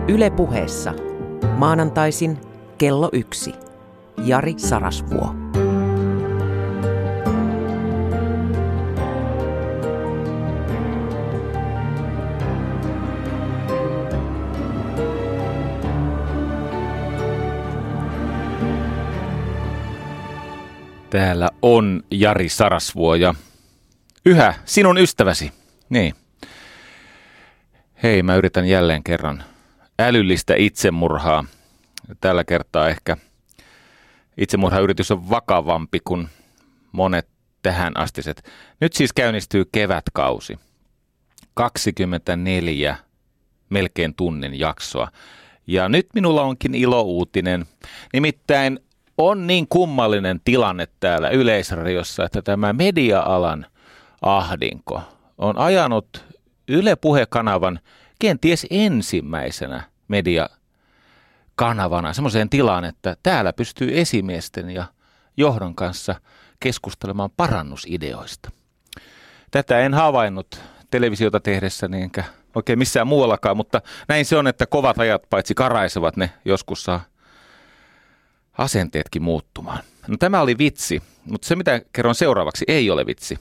Yle Puheessa. Maanantaisin kello 1. Jari Sarasvuo. Täällä on Jari Sarasvuo ja yhä sinun ystäväsi. Niin. Hei, mä yritän jälleen kerran älyllistä itsemurhaa. Tällä kertaa ehkä itsemurhayritys on vakavampi kuin monet tähän astiset. Nyt siis käynnistyy kevätkausi. 24 melkein tunnin jaksoa. Ja nyt minulla onkin ilouutinen. Nimittäin on niin kummallinen tilanne täällä Yleisradiossa, että tämä media-alan ahdinko on ajanut Yle Puhe-kanavan kenties ensimmäisenä mediakanavana semmoiseen tilaan, että täällä pystyy esimiesten ja johdon kanssa keskustelemaan parannusideoista. Tätä en havainnut televisiota tehdessäni enkä oikein missään muuallakaan, mutta näin se on, että kovat ajat paitsi karaisevat, ne joskus saa asenteetkin muuttumaan. No tämä oli vitsi, mutta se mitä kerron seuraavaksi ei ole vitsi.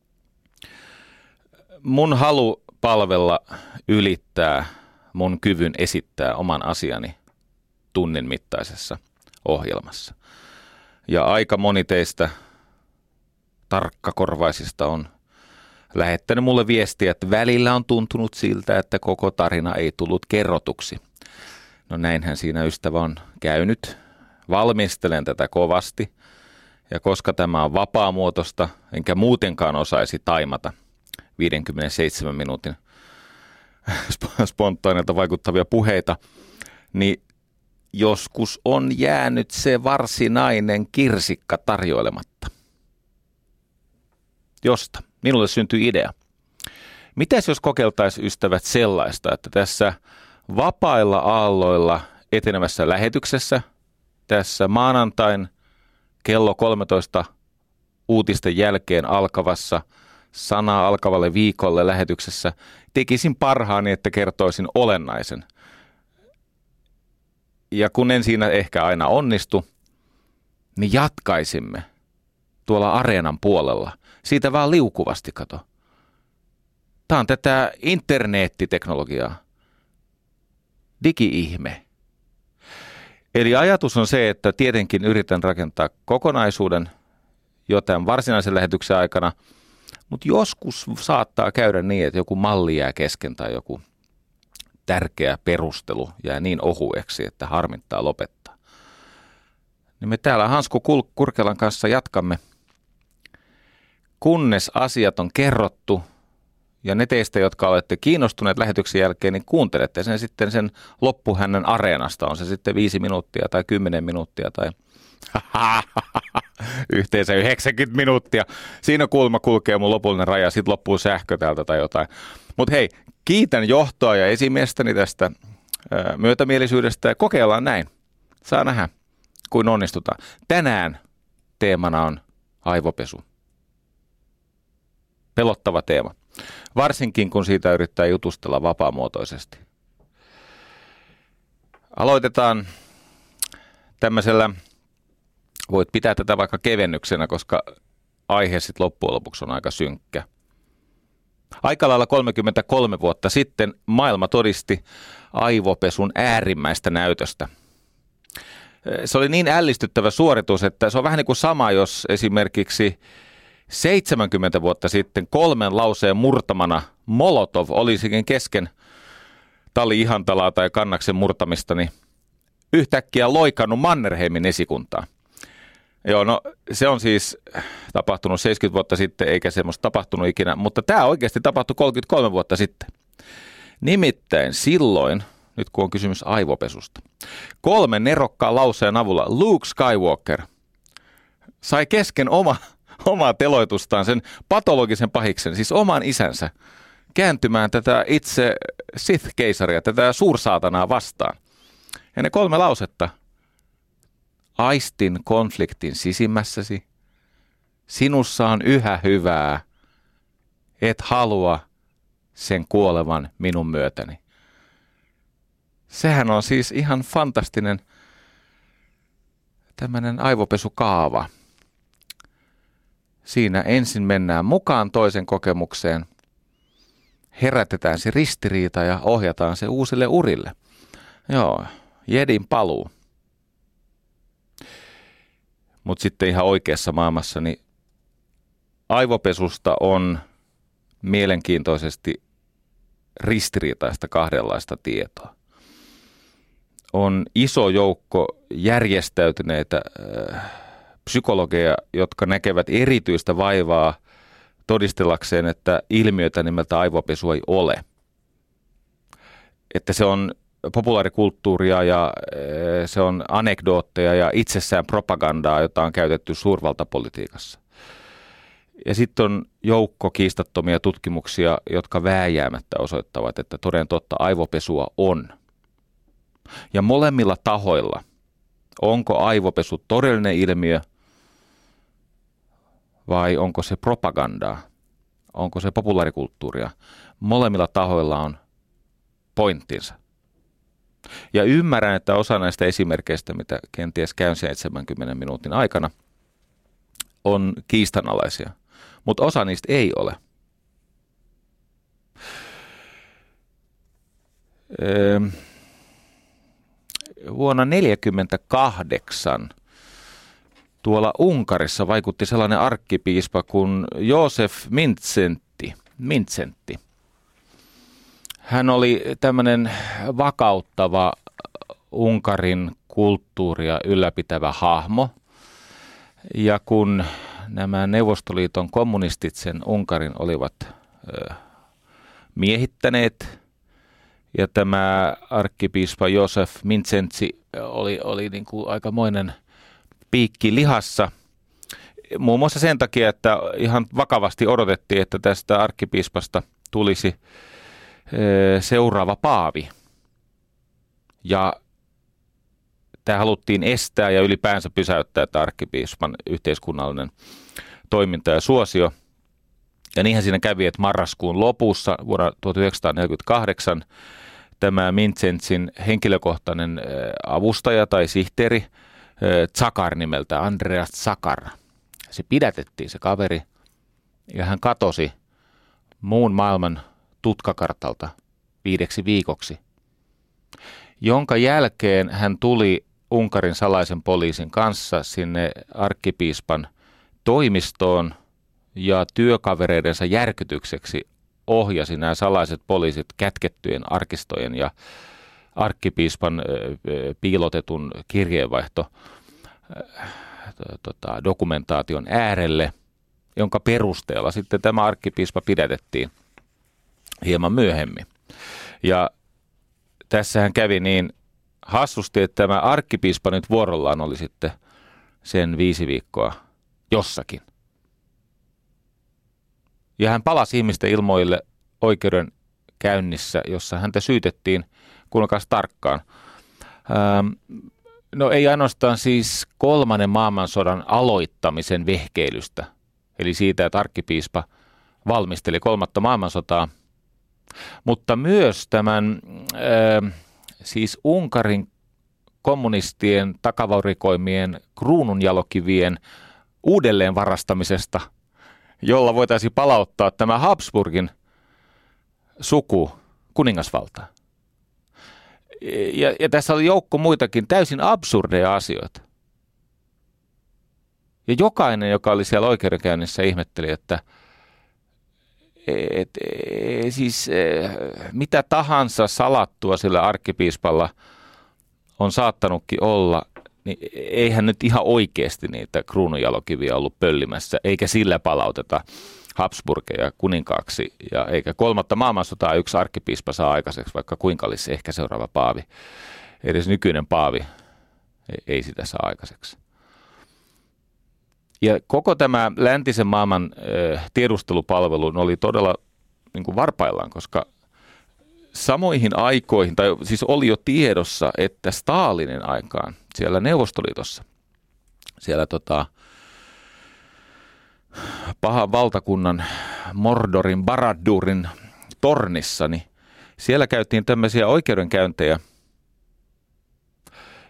Mun halu palvella ylittää mun kyvyn esittää oman asiani tunnin mittaisessa ohjelmassa. Ja aika moni teistä tarkkakorvaisista on lähettänyt mulle viestiä, että välillä on tuntunut siltä, että koko tarina ei tullut kerrotuksi. No näinhän siinä ystävä on käynyt. Valmistelen tätä kovasti ja koska tämä on vapaamuotoista, enkä muutenkaan osaisi taimata 57 minuutin spontaanilta vaikuttavia puheita, niin joskus on jäänyt se varsinainen kirsikka tarjoilematta. Josta minulle syntyi idea. Mitäs jos kokeiltaisiin ystävät sellaista, että tässä vapailla aalloilla etenevässä lähetyksessä, tässä maanantain kello 13 uutisten jälkeen alkavassa sanaa alkavalle viikolle lähetyksessä tekisin parhaani, että kertoisin olennaisen. Ja kun en siinä ehkä aina onnistu, niin jatkaisimme tuolla areenan puolella. Siitä vaan liukuvasti, kato. Tämä on tätä internettiteknologiaa. Digi-ihme. Eli ajatus on se, että tietenkin yritän rakentaa kokonaisuuden jo tämän varsinaisen lähetyksen aikana, mutta joskus saattaa käydä niin, että joku malli jää kesken tai joku tärkeä perustelu jää niin ohueksi, että harmittaa lopettaa. Niin me täällä Hansko Kurkelan kanssa jatkamme, kunnes asiat on kerrottu. Ja ne teistä, jotka olette kiinnostuneet lähetyksen jälkeen, niin kuuntelette sen sitten sen loppuhännän areenasta. On se sitten 5 minuuttia tai 10 minuuttia tai yhteensä 90 minuuttia. Siinä kulma kulkee mun lopullinen raja, sitten loppuu sähkö täältä tai jotain. Mutta hei, kiitän johtoa ja esimiestäni tästä myötämielisyydestä ja kokeillaan näin. Saa nähdä, kuin onnistutaan. Tänään teemana on aivopesu. Pelottava teema. Varsinkin kun siitä yrittää jutustella vapaamuotoisesti. Aloitetaan tämmöisellä, voit pitää tätä vaikka kevennyksenä, koska aihe sitten loppujen lopuksi on aika synkkä. Aika lailla 33 vuotta sitten maailma todisti aivopesun äärimmäistä näytöstä. Se oli niin ällistyttävä suoritus, että se on vähän niin kuin sama, jos esimerkiksi 70 vuotta sitten 3 lauseen murtamana Molotov olisikin kesken Tali-Ihantalaa tai Kannaksen murtamista, niin yhtäkkiä loikannut Mannerheimin esikuntaa. Joo, no se on siis tapahtunut 70 vuotta sitten, eikä semmoista tapahtunut ikinä, mutta tämä oikeasti tapahtui 33 vuotta sitten. Nimittäin silloin, nyt kun on kysymys aivopesusta, 3 nerokkaan lauseen avulla Luke Skywalker sai kesken omaa teloitustaan, sen patologisen pahiksen, siis oman isänsä, kääntymään tätä itse Sith-keisaria, tätä suursaatanaa vastaan. Ja ne 3 lausetta. Aistin konfliktin sisimmässäsi. Sinussa on yhä hyvää. Et halua sen kuolevan minun myötäni. Sehän on siis ihan fantastinen tämmöinen aivopesukaava. Siinä ensin mennään mukaan toisen kokemukseen, herätetään se ristiriita ja ohjataan se uusille urille. Joo, jedin paluu. Mutta sitten ihan oikeassa maailmassa, niin aivopesusta on mielenkiintoisesti ristiriitaista kahdenlaista tietoa. On iso joukko järjestäytyneitä psykologeja, jotka näkevät erityistä vaivaa todistellakseen, että ilmiötä nimeltä aivopesu ei ole. Että se on populaarikulttuuria ja se on anekdootteja ja itsessään propagandaa, jota on käytetty suurvaltapolitiikassa. Ja sitten on joukko kiistattomia tutkimuksia, jotka vääjäämättä osoittavat, että toden totta aivopesua on. Ja molemmilla tahoilla, onko aivopesu todellinen ilmiö vai onko se propagandaa, onko se populaarikulttuuria, molemmilla tahoilla on pointtinsa. Ja ymmärrän, että osa näistä esimerkkeistä, mitä kenties käyn 70 minuutin aikana, on kiistanalaisia, mutta osa niistä ei ole. Vuonna 1948 tuolla Unkarissa vaikutti sellainen arkkipiispa kuin József Mindszenty. Hän oli tämmöinen vakauttava Unkarin kulttuuria ylläpitävä hahmo. Ja kun nämä Neuvostoliiton kommunistit sen Unkarin olivat miehittäneet, ja tämä arkkipiispa József Mindszenty oli niin kuin aikamoinen piikki lihassa, muun muassa sen takia, että ihan vakavasti odotettiin, että tästä arkkipiispasta tulisi seuraava paavi. Ja tämä haluttiin estää ja ylipäänsä pysäyttää tämä arkkipiispan yhteiskunnallinen toiminta ja suosio. Ja niinhän siinä kävi, että marraskuun lopussa vuonna 1948 tämä Mindszentin henkilökohtainen avustaja tai sihteeri, Zakar nimeltä, Andreas Zakar, se pidätettiin se kaveri ja hän katosi muun maailman tutkakartalta 5 viikoksi, jonka jälkeen hän tuli Unkarin salaisen poliisin kanssa sinne arkkipiispan toimistoon ja työkavereidensa järkytykseksi ohjasi nämä salaiset poliisit kätkettyjen arkistojen ja arkkipiispan piilotetun kirjeenvaihto dokumentaation äärelle, jonka perusteella sitten tämä arkkipiispa pidätettiin hieman myöhemmin. Ja tässähän kävi niin hassusti, että tämä arkkipiispa nyt vuorollaan oli sitten sen 5 viikkoa jossakin. Ja hän palasi ihmisten ilmoille oikeudenkäynnissä, jossa häntä syytettiin, kuunnelkaas tarkkaan. No ei ainoastaan siis 3. maailmansodan aloittamisen vehkeilystä, eli siitä, että arkkipiispa valmisteli 3. maailmansotaa, mutta myös tämän siis Unkarin kommunistien takavarikoimien kruununjalokivien uudelleen varastamisesta, jolla voitaisiin palauttaa tämä Habsburgin suku kuningasvaltaan. Ja tässä oli joukko muitakin täysin absurdeja asioita. Ja jokainen, joka oli siellä oikeudenkäynnissä, ihmetteli, että mitä tahansa salattua sillä arkkipiispalla on saattanutkin olla, niin eihän nyt ihan oikeasti niitä kruununjalokiviä ollut pöllimässä, eikä sillä palauteta Habsburgeja kuninkaaksi, ja eikä 3. maailmansotaa yksi arkkipiispa saa aikaiseksi, vaikka kuinka olisi ehkä seuraava paavi. Edes nykyinen paavi ei sitä saa aikaiseksi. Ja koko tämä läntisen maailman tiedustelupalvelu oli todella niin kuin varpaillaan, koska samoihin aikoihin, tai siis oli jo tiedossa, että Stalinin aikaan siellä Neuvostoliitossa, siellä pahan valtakunnan Mordorin, Baradurin tornissa, niin siellä käytiin tämmöisiä oikeudenkäyntejä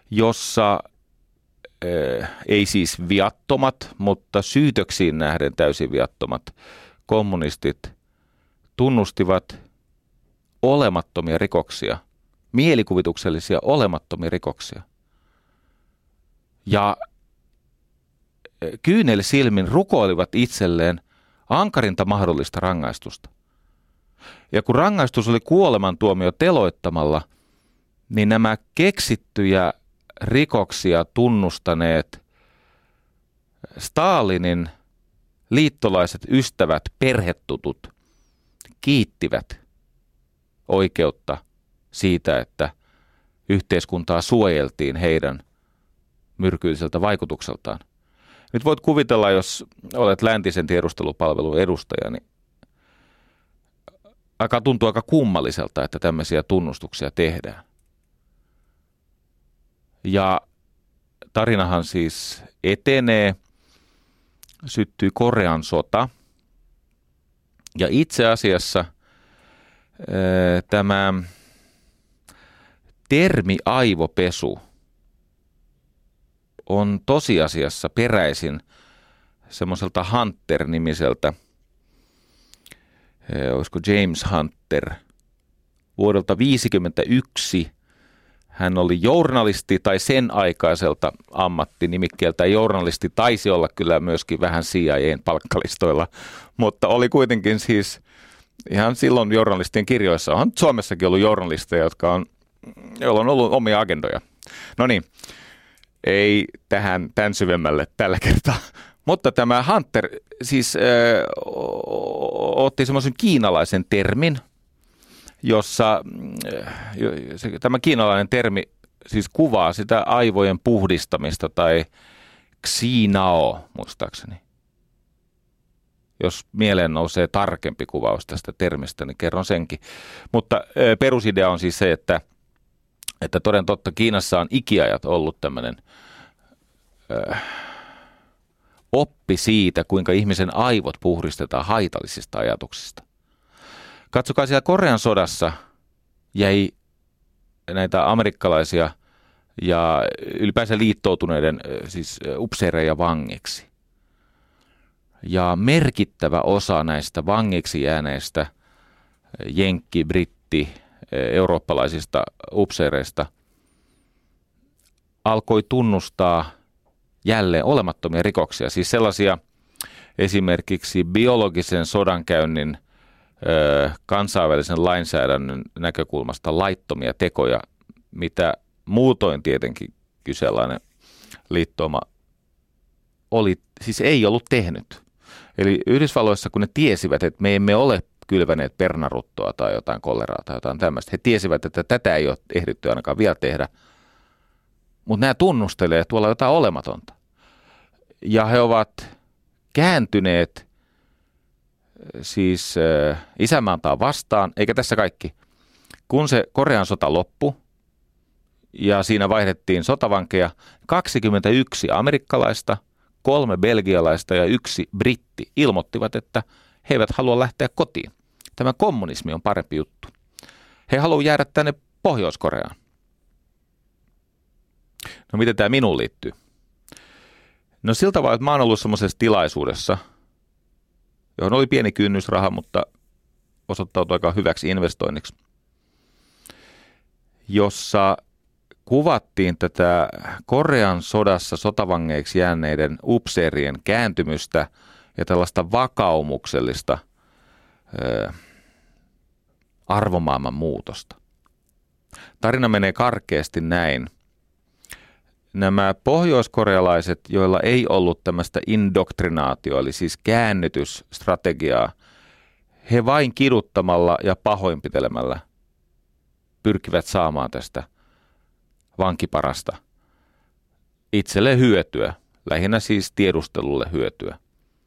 jossa ei siis viattomat, mutta syytöksiin nähden täysin viattomat kommunistit tunnustivat olemattomia rikoksia, mielikuvituksellisia olemattomia rikoksia. Ja kyynelsilmin rukoilivat itselleen ankarinta mahdollista rangaistusta. Ja kun rangaistus oli kuolemantuomio teloittamalla, niin nämä keksittyjä rikoksia tunnustaneet Stalinin liittolaiset ystävät, perhetutut, kiittivät oikeutta siitä, että yhteiskuntaa suojeltiin heidän myrkylliseltä vaikutukseltaan. Nyt voit kuvitella, jos olet läntisen tiedustelupalvelun edustaja, niin tuntuu aika kummalliselta, että tämmöisiä tunnustuksia tehdään. Ja tarinahan siis etenee, syttyi Korean sota. Ja itse asiassa tämä termi aivopesu on tosiasiassa peräisin semmoiselta Hunter-nimiseltä, olisiko James Hunter, vuodelta 1951. Hän oli journalisti tai sen aikaiselta ammattinimikkeeltä. Journalisti taisi olla kyllä myöskin vähän CIA:n palkkalistoilla, mutta oli kuitenkin siis ihan silloin journalistien kirjoissa. On Suomessakin ollut journalisteja, joilla on ollut omia agendoja. No niin, ei tämän syvemmälle tällä kertaa. Mutta tämä Hunter siis otti semmoisen kiinalaisen termin, jossa tämä kiinalainen termi siis kuvaa sitä aivojen puhdistamista tai xinao muistaakseni. Jos mieleen nousee tarkempi kuvaus tästä termistä, niin kerron senkin. Mutta perusidea on siis se, että toden totta Kiinassa on ikiajat ollut tämmöinen oppi siitä, kuinka ihmisen aivot puhdistetaan haitallisista ajatuksista. Katsokaa, siellä Korean sodassa jäi näitä amerikkalaisia ja ylipäänsä liittoutuneiden siis upseereja vangiksi. Ja merkittävä osa näistä vangiksi jääneistä jenkki, britti, eurooppalaisista upseereista alkoi tunnustaa jälleen olemattomia rikoksia. Siis sellaisia esimerkiksi biologisen sodankäynnin kansainvälisen lainsäädännön näkökulmasta laittomia tekoja, mitä muutoin tietenkin kyseenalainen liittouma siis ei ollut tehnyt. Eli Yhdysvalloissa, kun ne tiesivät, että me emme ole kylväneet pernaruttoa tai jotain koleraa tai jotain tämmöistä, he tiesivät, että tätä ei ole ehditty ainakaan vielä tehdä, mutta nämä tunnustelee tuolla jotain olematonta. Ja he ovat kääntyneet siis isänmaantaan vastaan, eikä tässä kaikki. Kun se Korean sota loppui ja siinä vaihdettiin sotavankeja, 21 amerikkalaista, 3 belgialaista ja 1 britti ilmoittivat, että he eivät halua lähteä kotiin. Tämä kommunismi on parempi juttu. He haluavat jäädä tänne Pohjois-Koreaan. No miten tämä minuun liittyy? No siltä tavalla, että mä oon ollut semmoisessa tilaisuudessa, johon oli pieni kynnysraha, mutta osoittautui aika hyväksi investoinniksi, jossa kuvattiin tätä Korean sodassa sotavangeiksi jääneiden upseerien kääntymystä ja tällaista vakaumuksellista arvomaailman muutosta. Tarina menee karkeasti näin. Nämä pohjoiskorealaiset, joilla ei ollut tämmöistä indoktrinaatioa, eli siis käännytysstrategiaa, he vain kiduttamalla ja pahoinpitelemällä pyrkivät saamaan tästä vankiparasta itselle hyötyä, lähinnä siis tiedustelulle hyötyä.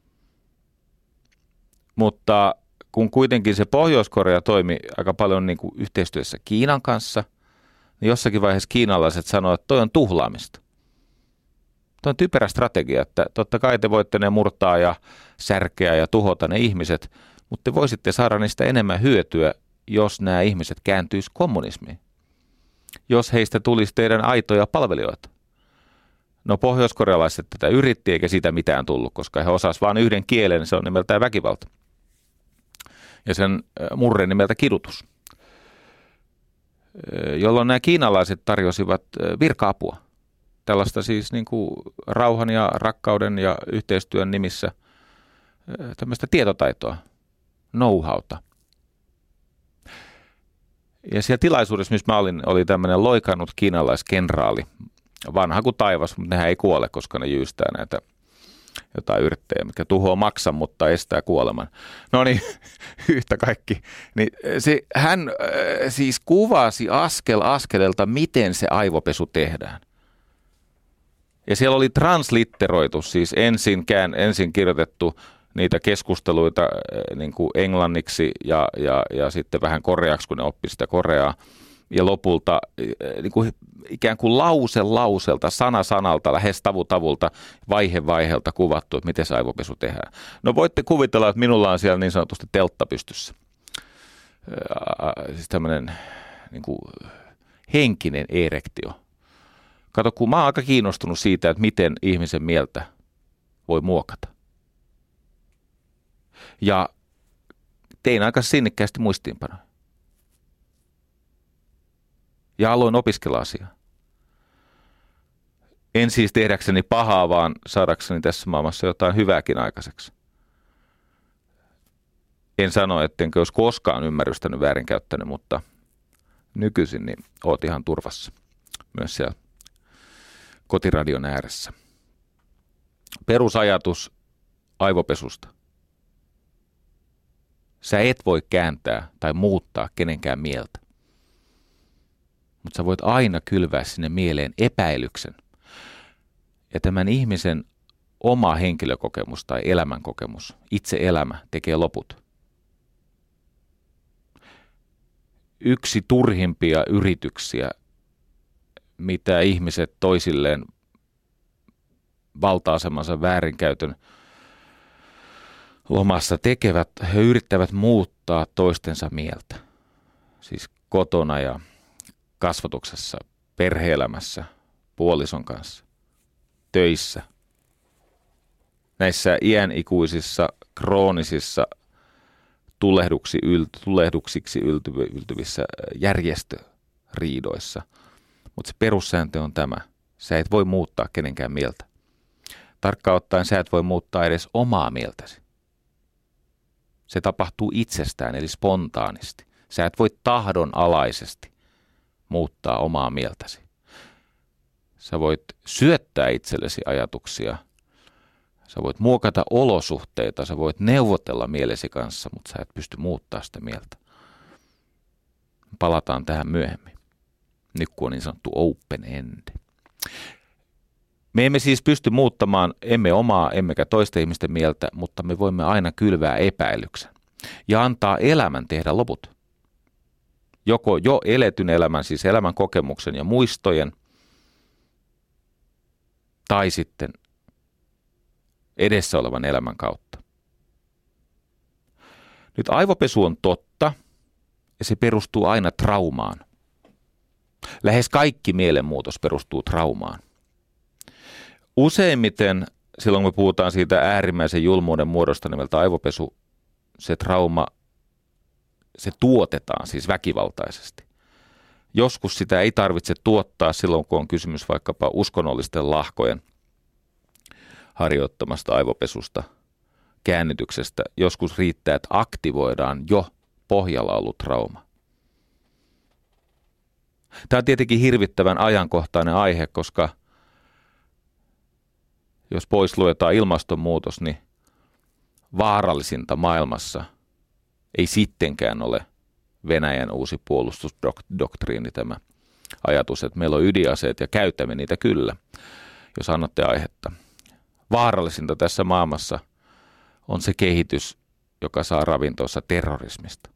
Mutta kun kuitenkin se Pohjois-Korea toimi aika paljon niin kuin yhteistyössä Kiinan kanssa, niin jossakin vaiheessa kiinalaiset sanoivat, että toi on tuhlaamista. Toi on typerä strategia, että totta kai te voitte ne murtaa ja särkeä ja tuhota ne ihmiset, mutta te voisitte saada niistä enemmän hyötyä, jos nämä ihmiset kääntyisivät kommunismiin. jos heistä tulisi teidän aitoja palvelijoita. No pohjoiskorealaiset tätä yritti, eikä siitä mitään tullut, koska he osasivat vain yhden kielen, se on nimeltään väkivalta. Ja sen murre nimeltä kidutus. Jolloin nämä kiinalaiset tarjosivat virka-apua. Tällaista siis niin kuin rauhan ja rakkauden ja yhteistyön nimissä tämmöistä tietotaitoa, know-howta. Ja siellä tilaisuudessa, missä mä olin, oli tämmöinen loikannut kiinalaiskenraali, vanha kuin taivas, mutta nehän ei kuole, koska ne jyystää näitä jotain yrttejä, mitkä tuhoaa maksan, mutta estää kuoleman. No niin, yhtä kaikki. Niin hän siis kuvasi askel askeleelta, miten se aivopesu tehdään. Ja siellä oli translitteroitu, siis ensin kirjoitettu niitä keskusteluita niin kuin englanniksi ja sitten vähän koreaksi, kun ne oppi sitä koreaa. Ja lopulta niin kuin ikään kuin lause lauselta, sana sanalta, lähes tavu tavulta, vaihe vaiheelta kuvattu, että miten se aivopesu tehdään. No voitte kuvitella, että minulla on siellä niin sanotusti teltta pystyssä. Siis tämmöinen niin kuin henkinen erektio. Kato, kun mä oon aika kiinnostunut siitä, että miten ihmisen mieltä voi muokata. Ja tein aika sinnikkäästi muistiinpanoja. Ja aloin opiskella asiaa. En siis tehdäkseni pahaa, vaan saadakseni tässä maailmassa jotain hyvääkin aikaiseksi. En sano, ettenkö olisi koskaan ymmärrystänyt väärinkäyttänyt, mutta nykyisin niin oot ihan turvassa. Myös siellä kotiradion ääressä. Perusajatus aivopesusta. Sä et voi kääntää tai muuttaa kenenkään mieltä. Mutta sä voit aina kylvää sinne mieleen epäilyksen. Ja tämän ihmisen oma henkilökokemus tai elämänkokemus, itse elämä, tekee loput. Yksi turhimpia yrityksiä, mitä ihmiset toisilleen valta-asemansa väärinkäytön lomassa tekevät, he yrittävät muuttaa toistensa mieltä. Siis kotona ja kasvatuksessa, perhe-elämässä, puolison kanssa, töissä. Näissä iänikuisissa, kroonisissa, tulehduksiksi yltyvissä järjestöriidoissa. Mutta se perussääntö on tämä. Sä et voi muuttaa kenenkään mieltä. Tarkkaan ottaen sä et voi muuttaa edes omaa mieltäsi. Se tapahtuu itsestään, eli spontaanisti. Sä et voi tahdonalaisesti muuttaa omaa mieltäsi. Sä voit syöttää itsellesi ajatuksia. Sä voit muokata olosuhteita, sä voit neuvotella mielesi kanssa, mutta sä et pysty muuttaa sitä mieltä. Palataan tähän myöhemmin. Nyt kun on niin sanottu open end. Me emme siis pysty muuttamaan emme omaa emmekä toisten ihmisten mieltä, mutta me voimme aina kylvää epäilyksen ja antaa elämän tehdä loput. Joko jo eletyn elämän, siis elämän kokemuksen ja muistojen, tai sitten edessä olevan elämän kautta. Nyt aivopesu on totta ja se perustuu aina traumaan. Lähes kaikki mielenmuutos perustuu traumaan. Useimmiten silloin, kun me puhutaan siitä äärimmäisen julmuuden muodosta nimeltä aivopesu, se trauma, se tuotetaan siis väkivaltaisesti. Joskus sitä ei tarvitse tuottaa silloin, kun on kysymys vaikkapa uskonnollisten lahkojen harjoittamasta aivopesusta, käännytyksestä. Joskus riittää, että aktivoidaan jo pohjalla ollut trauma. Tämä on tietenkin hirvittävän ajankohtainen aihe, koska jos pois luetaan ilmastonmuutos, niin vaarallisinta maailmassa ei sittenkään ole Venäjän uusi puolustusdoktriini, tämä ajatus, että meillä on ydinaseet ja käytämme niitä kyllä, jos annatte aihetta. Vaarallisinta tässä maailmassa on se kehitys, joka saa ravintonsa terrorismista.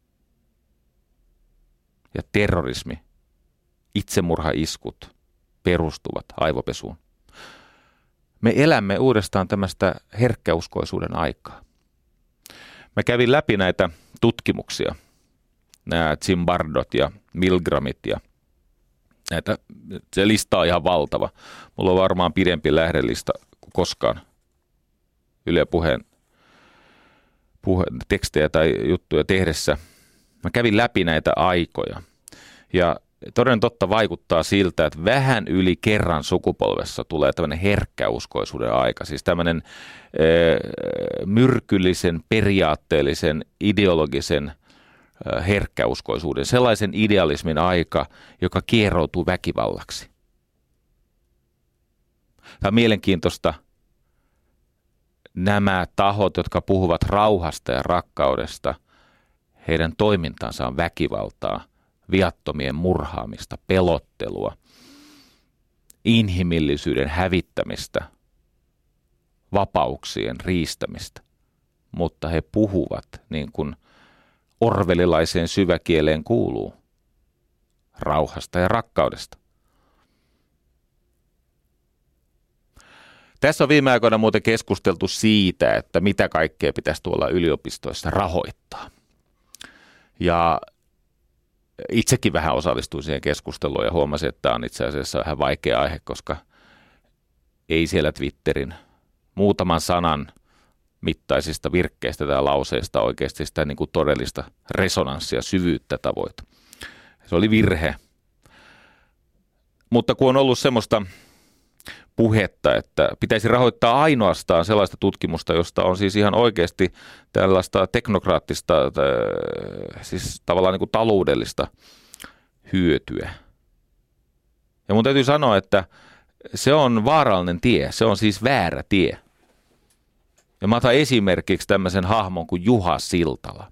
Ja terrorismi, itsemurhaiskut perustuvat aivopesuun. Me elämme uudestaan tämmöistä herkkäuskoisuuden aikaa. Mä kävin läpi näitä tutkimuksia, nämä Zimbardot ja Milgramit ja Se lista on ihan valtava. Mulla on varmaan pidempi lähdelista kuin koskaan Yle Puheen tekstejä tai juttuja tehdessä. Mä kävin läpi näitä aikoja ja toden totta vaikuttaa siltä, että vähän yli kerran sukupolvessa tulee tämmöinen herkkäuskoisuuden aika. Siis tämmöinen myrkyllisen, periaatteellisen, ideologisen herkkäuskoisuuden, sellaisen idealismin aika, joka kieroutuu väkivallaksi. Tämä on mielenkiintoista. Nämä tahot, jotka puhuvat rauhasta ja rakkaudesta, heidän toimintansa on väkivaltaa, viattomien murhaamista, pelottelua, inhimillisyyden hävittämistä, vapauksien riistämistä. Mutta he puhuvat niin kuin orwellilaiseen syväkieleen kuuluu, rauhasta ja rakkaudesta. Tässä on viime aikoina muuten keskusteltu siitä, että mitä kaikkea pitäisi tuolla yliopistoissa rahoittaa. Ja itsekin vähän osallistuin siihen keskusteluun ja huomasin, että tämä on itse asiassa vähän vaikea aihe, koska ei siellä Twitterin muutaman sanan mittaisista virkkeistä tai lauseista oikeasti sitä niin kuin todellista resonanssia, syvyyttä tavoita. Se oli virhe. Mutta kun on ollut semmoista puhetta, että pitäisi rahoittaa ainoastaan sellaista tutkimusta, josta on siis ihan oikeasti tällaista teknokraattista, siis tavallaan niin kuin taloudellista hyötyä. Ja mun täytyy sanoa, että se on vaarallinen tie, se on siis väärä tie. Ja mä otan esimerkiksi tämmöisen hahmon kuin Juha Siltala.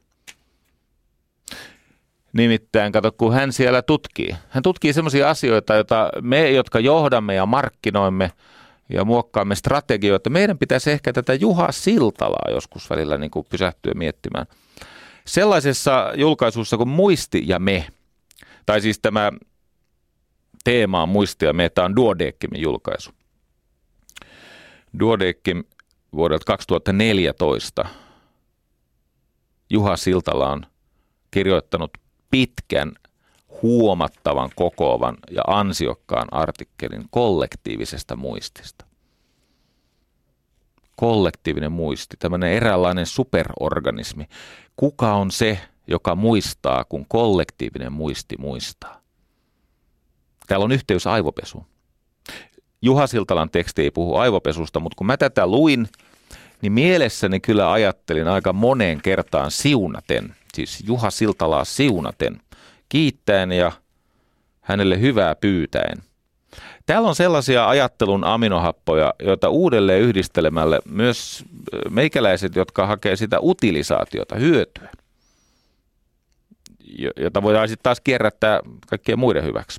Nimittäin, kato, kun hän siellä tutkii. Hän tutkii semmoisia asioita, joita me, jotka johdamme ja markkinoimme ja muokkaamme strategioita, meidän pitäisi ehkä tätä Juha Siltalaa joskus välillä niin kuin pysähtyä miettimään. Sellaisessa julkaisussa kuin Muisti ja me, tai siis tämä teema on Muisti ja me, tämä on Duodecimin julkaisu. Duodecim vuodelta 2014. Juha Siltala on kirjoittanut pitkän, huomattavan, kokoavan ja ansiokkaan artikkelin kollektiivisesta muistista. Kollektiivinen muisti, tämmöinen eräänlainen superorganismi. Kuka on se, joka muistaa, kun kollektiivinen muisti muistaa? Täällä on yhteys aivopesuun. Juha Siltalan teksti ei puhu aivopesusta, mutta kun mä tätä luin, niin mielessäni kyllä ajattelin aika moneen kertaan siunaten, siis Juha Siltalaa siunaten, kiittäen ja hänelle hyvää pyytäen. Täällä on sellaisia ajattelun aminohappoja, joita uudelleen yhdistelemällä myös meikäläiset, jotka hakee sitä utilisaatiota, hyötyä, jota voidaan sitten taas kierrättää kaikkien muiden hyväksi.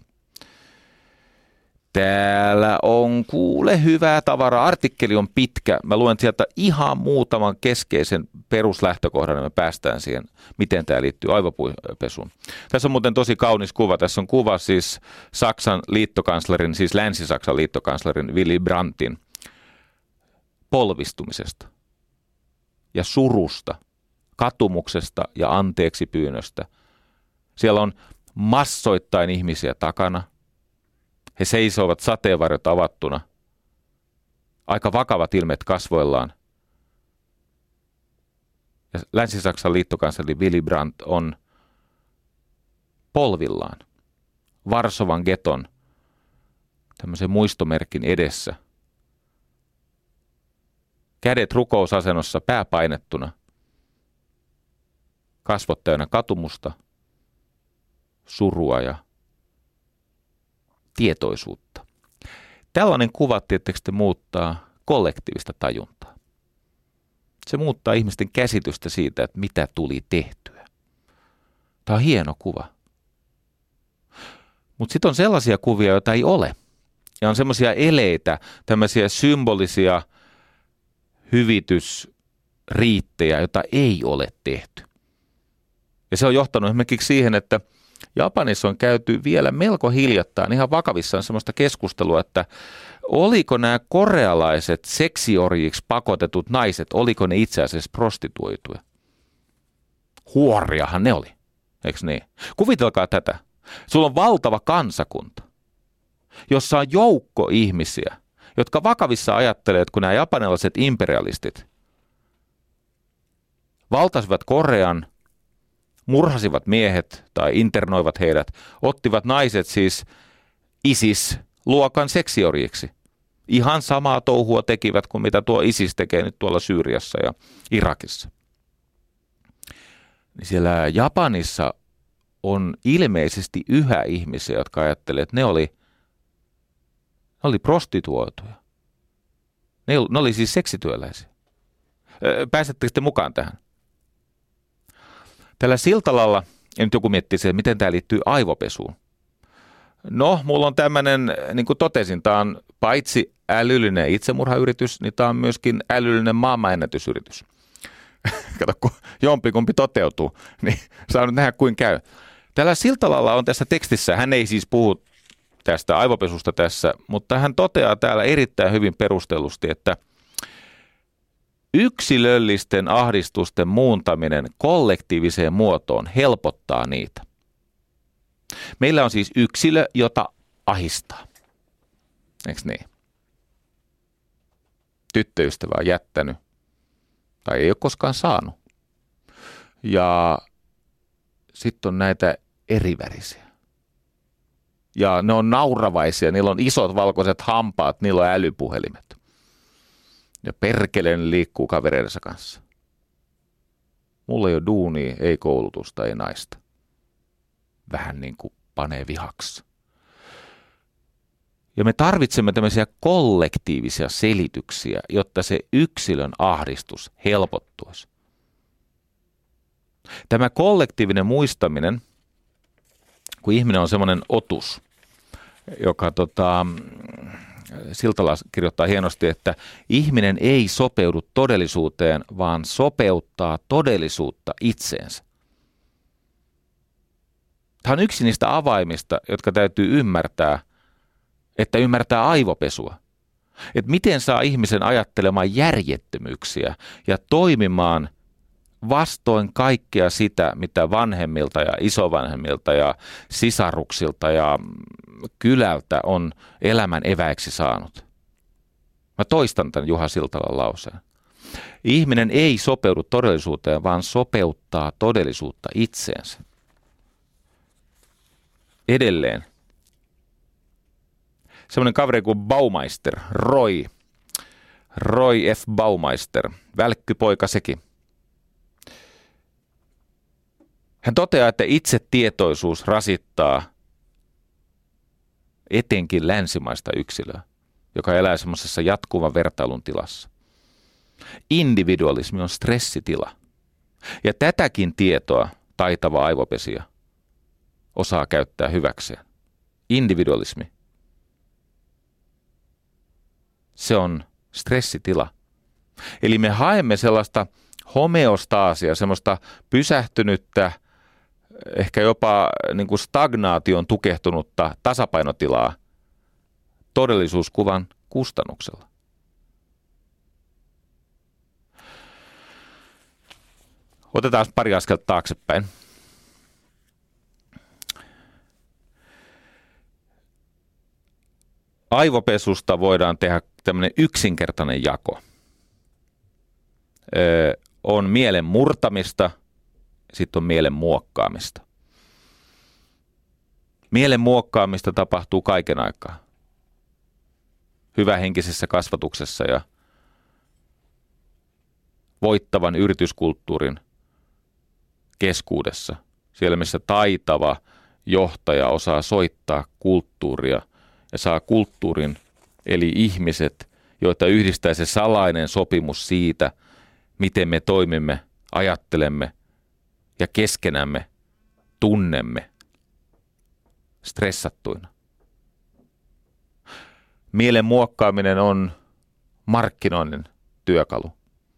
Täällä on kuule hyvää tavaraa. Artikkeli on pitkä. Mä luen sieltä ihan muutaman keskeisen peruslähtökohdan, ja me päästään siihen, miten tämä liittyy aivopesuun. Tässä on muuten tosi kaunis kuva. Tässä on kuva siis Saksan liittokanslerin, siis Länsi-Saksan liittokanslerin Willy Brandtin polvistumisesta ja surusta, katumuksesta ja anteeksipyynnöstä. Siellä on massoittain ihmisiä takana. He seisovat sateenvarjot avattuna, aika vakavat ilmeet kasvoillaan. Ja Länsi-Saksan liittokansleri Willy Brandt on polvillaan Varsovan geton tämmöisen muistomerkin edessä. Kädet rukousasennossa, pää painettuna, kasvot täynnä katumusta, surua ja tietoisuutta. Tällainen kuva tietysti muuttaa kollektiivista tajuntaa. Se muuttaa ihmisten käsitystä siitä, että mitä tuli tehtyä. Tämä on hieno kuva. Mutta sitten on sellaisia kuvia, joita ei ole. Ja on semmoisia eleitä, tämmöisiä symbolisia hyvitysriittejä, joita ei ole tehty. Ja se on johtanut esimerkiksi siihen, että Japanissa on käyty vielä melko hiljattain ihan vakavissaan semmoista keskustelua, että oliko nämä korealaiset seksiorjiksi pakotetut naiset, oliko ne itse asiassa prostituoituja? Huoriahan ne oli, eikö niin? Kuvitelkaa tätä. Sulla on valtava kansakunta. jossa on joukko ihmisiä, jotka vakavissa ajattelee, että kun nämä japanilaiset imperialistit valtasivat Korean, murhasivat miehet tai internoivat heidät, ottivat naiset siis ISIS-luokan seksiorjiksi. Ihan samaa touhua tekivät kuin mitä tuo ISIS tekee nyt tuolla Syyriassa ja Irakissa. Siellä Japanissa on ilmeisesti yhä ihmisiä, jotka ajattelevat, että ne oli prostituoituja. Ne oli siis seksityöläisiä. Pääsettekö te mukaan tähän? Tällä Siltalalla, ja nyt joku miettii se, miten tämä liittyy aivopesuun. No, mulla on tämmöinen, niin kuin totesin, tämä on paitsi älyllinen itsemurhayritys, niin tämä on myöskin älyllinen maailmanennätysyritys. Kato, kun jompikumpi toteutuu, niin saa nyt nähdä kuin käy. Tällä Siltalalla on tässä tekstissä, hän ei siis puhu tästä aivopesusta tässä, mutta hän toteaa täällä erittäin hyvin perustellusti, että yksilöllisten ahdistusten muuntaminen kollektiiviseen muotoon helpottaa niitä. Meillä on siis yksilö, jota ahistaa. Eikö niin? Tyttöystävä on jättänyt tai ei ole koskaan saanut. Ja sitten on näitä erivärisiä. Ja ne on nauravaisia, niillä on isot valkoiset hampaat, niillä on älypuhelimet. Ja perkeleen liikkuu kavereidensa kanssa. Mulla ei ole duunia, ei koulutusta, ei naista. Vähän niin kuin panee vihaksi. Ja me tarvitsemme tämmöisiä kollektiivisia selityksiä, jotta se yksilön ahdistus helpottuisi. Tämä kollektiivinen muistaminen, kun ihminen on semmoinen otus, joka Siltala kirjoittaa hienosti, että ihminen ei sopeudu todellisuuteen, vaan sopeuttaa todellisuutta itseensä. Tämä on yksi niistä avaimista, jotka täytyy ymmärtää, että ymmärtää aivopesua. Että miten saa ihmisen ajattelemaan järjettömyyksiä ja toimimaan vastoin kaikkea sitä, mitä vanhemmilta ja isovanhemmilta ja sisaruksilta ja kylältä on elämän eväiksi saanut. Mä toistan tämän Juha Siltalan lauseen. Ihminen ei sopeudu todellisuuteen, vaan sopeuttaa todellisuutta itseensä. Edelleen. Semmoinen kaveri kuin Baumeister, Roy F. Baumeister, välkkypoika sekin. Hän toteaa, että itsetietoisuus rasittaa etenkin länsimaista yksilöä, joka elää semmoisessa jatkuvan vertailun tilassa. Individualismi on stressitila. Ja tätäkin tietoa taitava aivopesija osaa käyttää hyväkseen. Individualismi. Se on stressitila. Eli me haemme sellaista homeostaasia, semmoista pysähtynyttä, ehkä jopa niin kuin stagnaation tukehtunutta tasapainotilaa todellisuuskuvan kustannuksella. Otetaan pari askelta taaksepäin. Aivopesusta voidaan tehdä tämmöinen yksinkertainen jako. On mielen murtamista, sitten on mielen muokkaamista. Mielen muokkaamista tapahtuu kaiken aikaa. Hyvähenkisessä kasvatuksessa ja voittavan yrityskulttuurin keskuudessa. Siellä, missä taitava johtaja osaa soittaa kulttuuria ja saa kulttuurin, eli ihmiset, joita yhdistää se salainen sopimus siitä, miten me toimimme, ajattelemme ja keskenämme tunnemme stressattuina. Mielen muokkaaminen on markkinoinnin työkalu.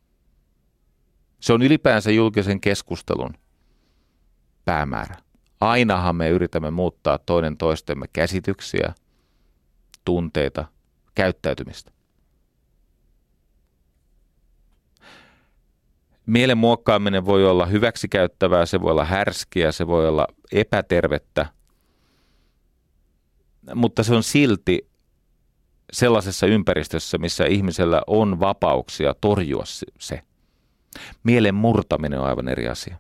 Se on ylipäänsä julkisen keskustelun päämäärä. Ainahan me yritämme muuttaa toinen toistemme käsityksiä, tunteita, käyttäytymistä. Mielen muokkaaminen voi olla hyväksikäyttävää, se voi olla härskiä, se voi olla epätervettä. mutta se on silti sellaisessa ympäristössä, missä ihmisellä on vapauksia torjua se. Mielen murtaminen on aivan eri asia.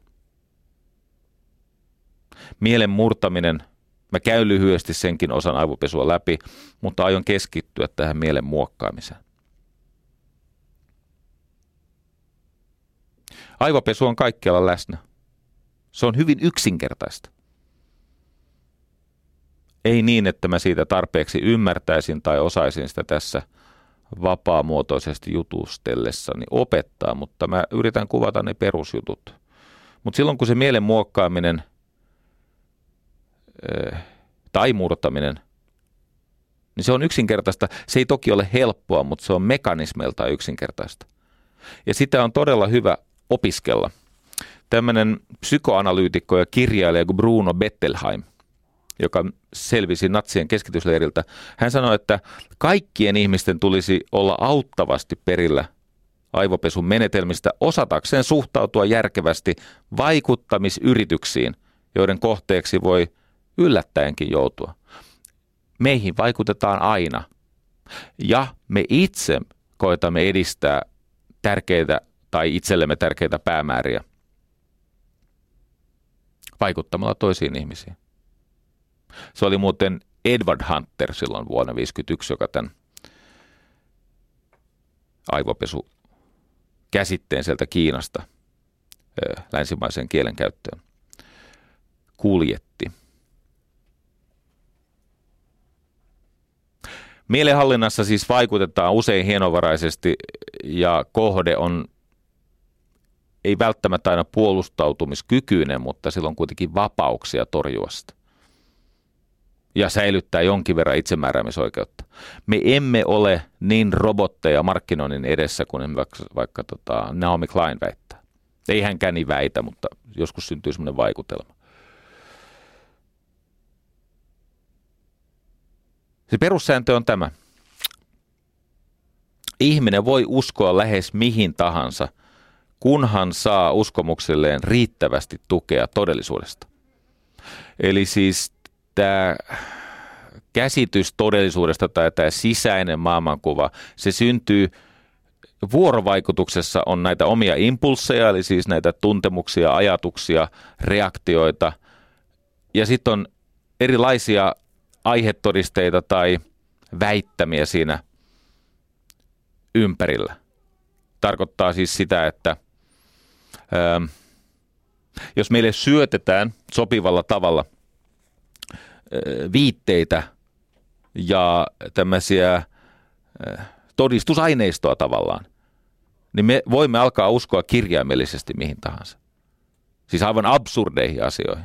Mielen murtaminen, mä käyn lyhyesti senkin osan aivopesua läpi, mutta aion keskittyä tähän mielen muokkaamiseen. Aivopesu on kaikkialla läsnä. Se on hyvin yksinkertaista. Ei niin, että mä siitä tarpeeksi ymmärtäisin tai osaisin sitä tässä vapaamuotoisesti jutustellessani opettaa, mutta mä yritän kuvata ne perusjutut. Mutta silloin kun se mielen muokkaaminen tai murtaminen, niin se on yksinkertaista. Se ei toki ole helppoa, mutta se on mekanismeiltaan yksinkertaista. Ja sitä on todella hyvä opiskella. Tämmöinen psykoanalyytikko ja kirjailija kuin Bruno Bettelheim, joka selvisi natsien keskitysleiriltä, hän sanoi, että kaikkien ihmisten tulisi olla auttavasti perillä aivopesun menetelmistä osatakseen suhtautua järkevästi vaikuttamisyrityksiin, joiden kohteeksi voi yllättäenkin joutua. Meihin vaikutetaan aina ja me itse koetamme edistää tärkeitä tai itsellemme tärkeitä päämääriä vaikuttamalla toisiin ihmisiin. Se oli muuten Edward Hunter silloin vuonna 1951, joka tämän aivopesu-käsitteen sieltä Kiinasta länsimaiseen kielenkäyttöön kuljetti. Mielenhallinnassa siis vaikutetaan usein hienovaraisesti ja kohde on ei välttämättä aina puolustautumiskykyinen, mutta sillä on kuitenkin vapauksia torjua sitä. Ja säilyttää jonkin verran itsemääräämisoikeutta. Me emme ole niin robotteja markkinoinnin edessä kuin vaikka Naomi Klein väittää. Ei hänkään niin väitä, mutta joskus syntyy semmoinen vaikutelma. Se perussääntö on tämä. Ihminen voi uskoa lähes mihin tahansa, kunhan saa uskomukselleen riittävästi tukea todellisuudesta. Eli siis tämä käsitys todellisuudesta tai tämä sisäinen maailmankuva, se syntyy vuorovaikutuksessa, on näitä omia impulsseja, eli siis näitä tuntemuksia, ajatuksia, reaktioita, ja sitten on erilaisia aihetodisteita tai väittämiä siinä ympärillä. Tarkoittaa siis sitä, että jos meille syötetään sopivalla tavalla viitteitä ja tämmöisiä todistusaineistoa tavallaan, niin me voimme alkaa uskoa kirjaimellisesti mihin tahansa. Siis aivan absurdeihin asioihin.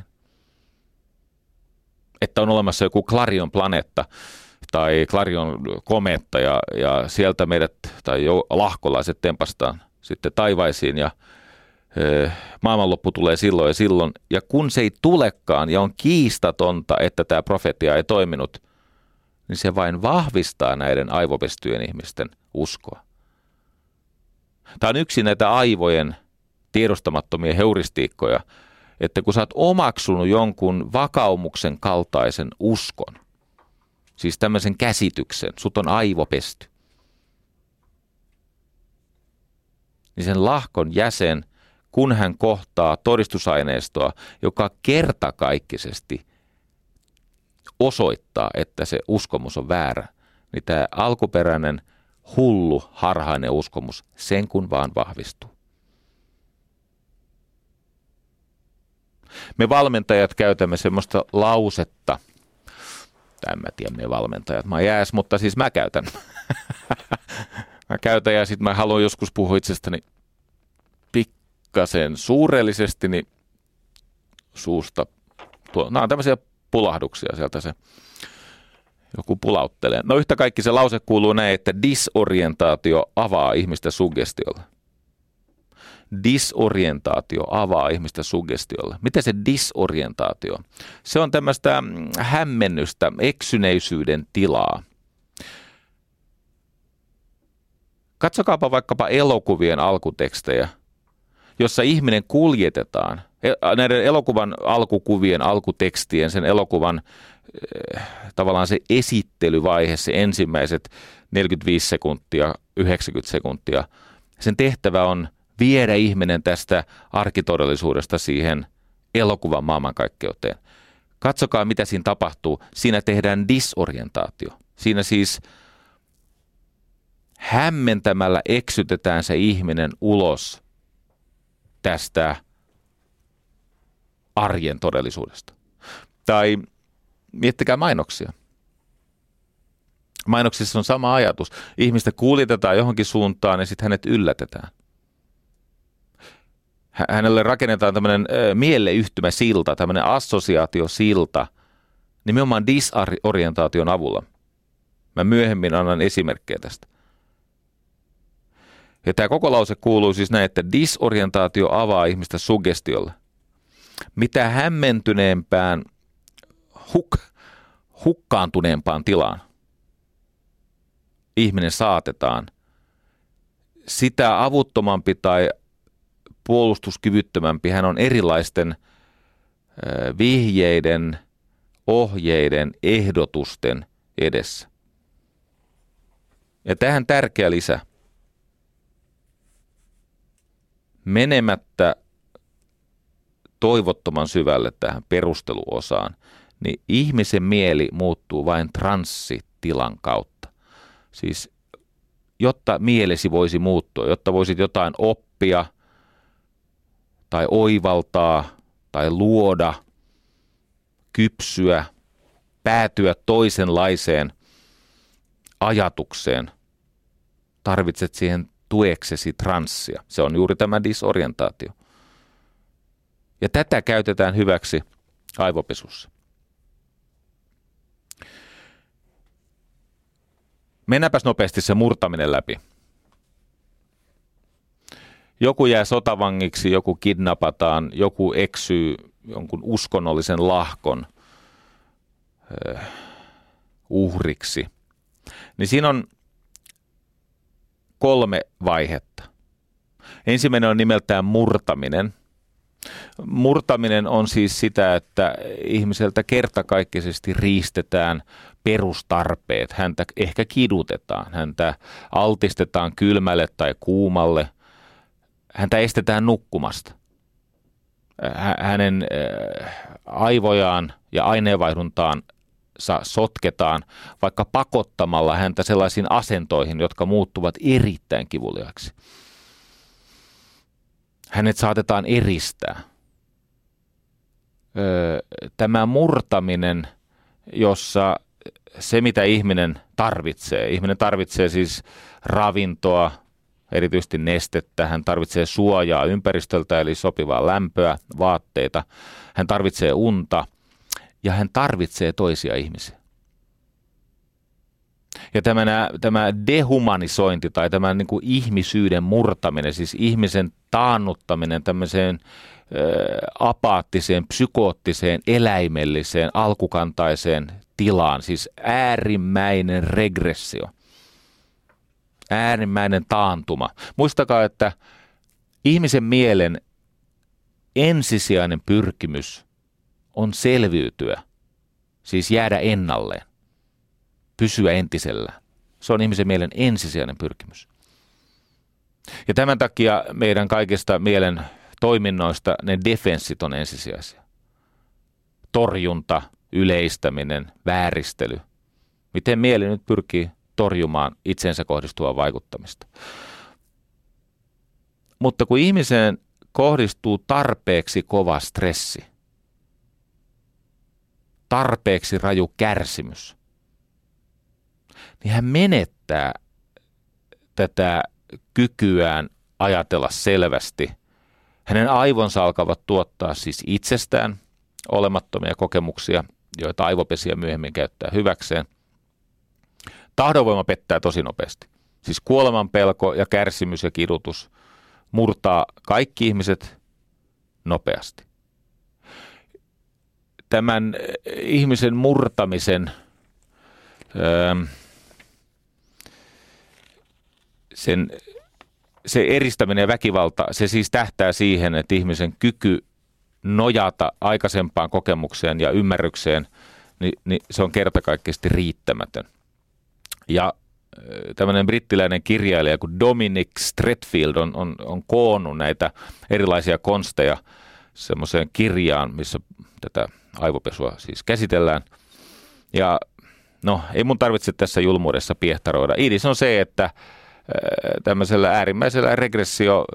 Että on olemassa joku Clarion planeetta tai Clarion kometta ja sieltä meidät tai lahkolaiset tempastaan sitten taivaisiin ja maailmanloppu tulee silloin ja silloin. Ja kun se ei tulekaan ja on kiistatonta, että tämä profetia ei toiminut, niin se vain vahvistaa näiden aivopestyjen ihmisten uskoa. Tämä on yksi näitä aivojen tiedostamattomia heuristiikkoja, että kun sä oot omaksunut jonkun vakaumuksen kaltaisen uskon, siis tämmöisen käsityksen, sut on aivopesty, niin sen lahkon jäsen, kun hän kohtaa todistusaineistoa, joka kertakaikkisesti osoittaa, että se uskomus on väärä, niin tämä alkuperäinen, hullu, harhainen uskomus sen kun vaan vahvistuu. Me valmentajat käytämme semmoista lausetta, en mä tiedä me valmentajat, mä jääs, mutta siis mä käytän. Mä käytän ja sitten mä haluan joskus puhua itsestäni pikkasen suurellisesti, niin suusta, nämä on tämmöisiä pulahduksia sieltä se joku pulauttelee. No yhtä kaikki se lause kuuluu näin, että disorientaatio avaa ihmistä suggestiolle. Disorientaatio avaa ihmistä suggestiolle. Mitä se disorientaatio? Se on tämmöistä hämmennystä, eksyneisyyden tilaa. Katsokaapa vaikkapa elokuvien alkutekstejä, jossa ihminen kuljetetaan. Näiden elokuvan alkukuvien, alkutekstien, sen elokuvan tavallaan se esittelyvaihe, se ensimmäiset 45 sekuntia, 90 sekuntia, sen tehtävä on viedä ihminen tästä arkitodellisuudesta siihen elokuvan maailmankaikkeuteen. Katsokaa, mitä siinä tapahtuu. Siinä tehdään disorientaatio. Siinä siis hämmentämällä eksytetään se ihminen ulos tästä arjen todellisuudesta. Tai miettikää mainoksia. Mainoksissa on sama ajatus. Ihmistä kuljetetaan johonkin suuntaan ja sitten hänet yllätetään. Hänelle rakennetaan tämmöinen mieleyhtymäsilta, tämmöinen assosiaatiosilta, nimenomaan disorientaation avulla. Mä myöhemmin annan esimerkkejä tästä. Ja tämä koko lause kuuluu siis näin, että disorientaatio avaa ihmistä suggestiolle. Mitä hämmentyneempään, hukkaantuneempaan tilaan ihminen saatetaan, sitä avuttomampi tai puolustuskyvyttömämpi hän on erilaisten vihjeiden, ohjeiden, ehdotusten edessä. Ja tähän tärkeä lisä. Menemättä toivottoman syvälle tähän perusteluosaan, niin ihmisen mieli muuttuu vain transsitilan kautta. Siis jotta mielesi voisi muuttua, jotta voisit jotain oppia tai oivaltaa tai luoda, kypsyä, päätyä toisenlaiseen ajatukseen, tarvitset siihen tueksesi transsia. Se on juuri tämä disorientaatio. Ja tätä käytetään hyväksi aivopesussa. Mennäänpäs nopeasti se murtaminen läpi. Joku jää sotavangiksi, joku kidnapataan, joku eksyy jonkun uskonnollisen lahkon uhriksi. Niin siinä on 3 vaihetta. Ensimmäinen on nimeltään murtaminen. Murtaminen on siis sitä, että ihmiseltä kertakaikkisesti riistetään perustarpeet. Häntä ehkä kidutetaan, häntä altistetaan kylmälle tai kuumalle, häntä estetään nukkumasta. Hänen aivojaan ja aineenvaihduntaan sotketaan vaikka pakottamalla häntä sellaisiin asentoihin, jotka muuttuvat erittäin kivuliaaksi. Hänet saatetaan eristää. Tämä murtaminen, jossa se mitä ihminen tarvitsee siis ravintoa, erityisesti nestettä, hän tarvitsee suojaa ympäristöltä eli sopivaa lämpöä, vaatteita, hän tarvitsee unta ja hän tarvitsee toisia ihmisiä. Ja tämä dehumanisointi tai tämä niin kuin ihmisyyden murtaminen, siis ihmisen taannuttaminen tämmöiseen apaattiseen, psykoottiseen, eläimelliseen, alkukantaiseen tilaan, siis äärimmäinen regressio, äärimmäinen taantuma. Muistakaa, että ihmisen mielen ensisijainen pyrkimys on selviytyä, siis jäädä ennalleen, pysyä entisellään. Se on ihmisen mielen ensisijainen pyrkimys. Ja tämän takia meidän kaikista mielen toiminnoista ne defenssit on ensisijaisia. Torjunta, yleistäminen, vääristely. Miten mieli nyt pyrkii torjumaan itsensä kohdistuvaa vaikuttamista. Mutta kun ihmiseen kohdistuu tarpeeksi kova stressi, tarpeeksi raju kärsimys, niin hän menettää tätä kykyään ajatella selvästi. Hänen aivonsa alkavat tuottaa siis itsestään olemattomia kokemuksia, joita aivopesiä myöhemmin käyttää hyväkseen. Tahdonvoima pettää tosi nopeasti. Siis kuoleman pelko ja kärsimys ja kidutus murtaa kaikki ihmiset nopeasti. Tämän ihmisen murtamisen se eristäminen ja väkivalta, se siis tähtää siihen, että ihmisen kyky nojata aikaisempaan kokemukseen ja ymmärrykseen niin se on kertakaikkisesti riittämätön. Ja tämmöinen brittiläinen kirjailija kuin Dominic Stretfield on koonnut näitä erilaisia konsteja semmoiseen kirjaan, missä tätä aivopesua siis käsitellään. Ja no, ei mun tarvitse tässä julmuudessa piehtaroida. Idis on se, että tämmöisellä äärimmäisellä regressio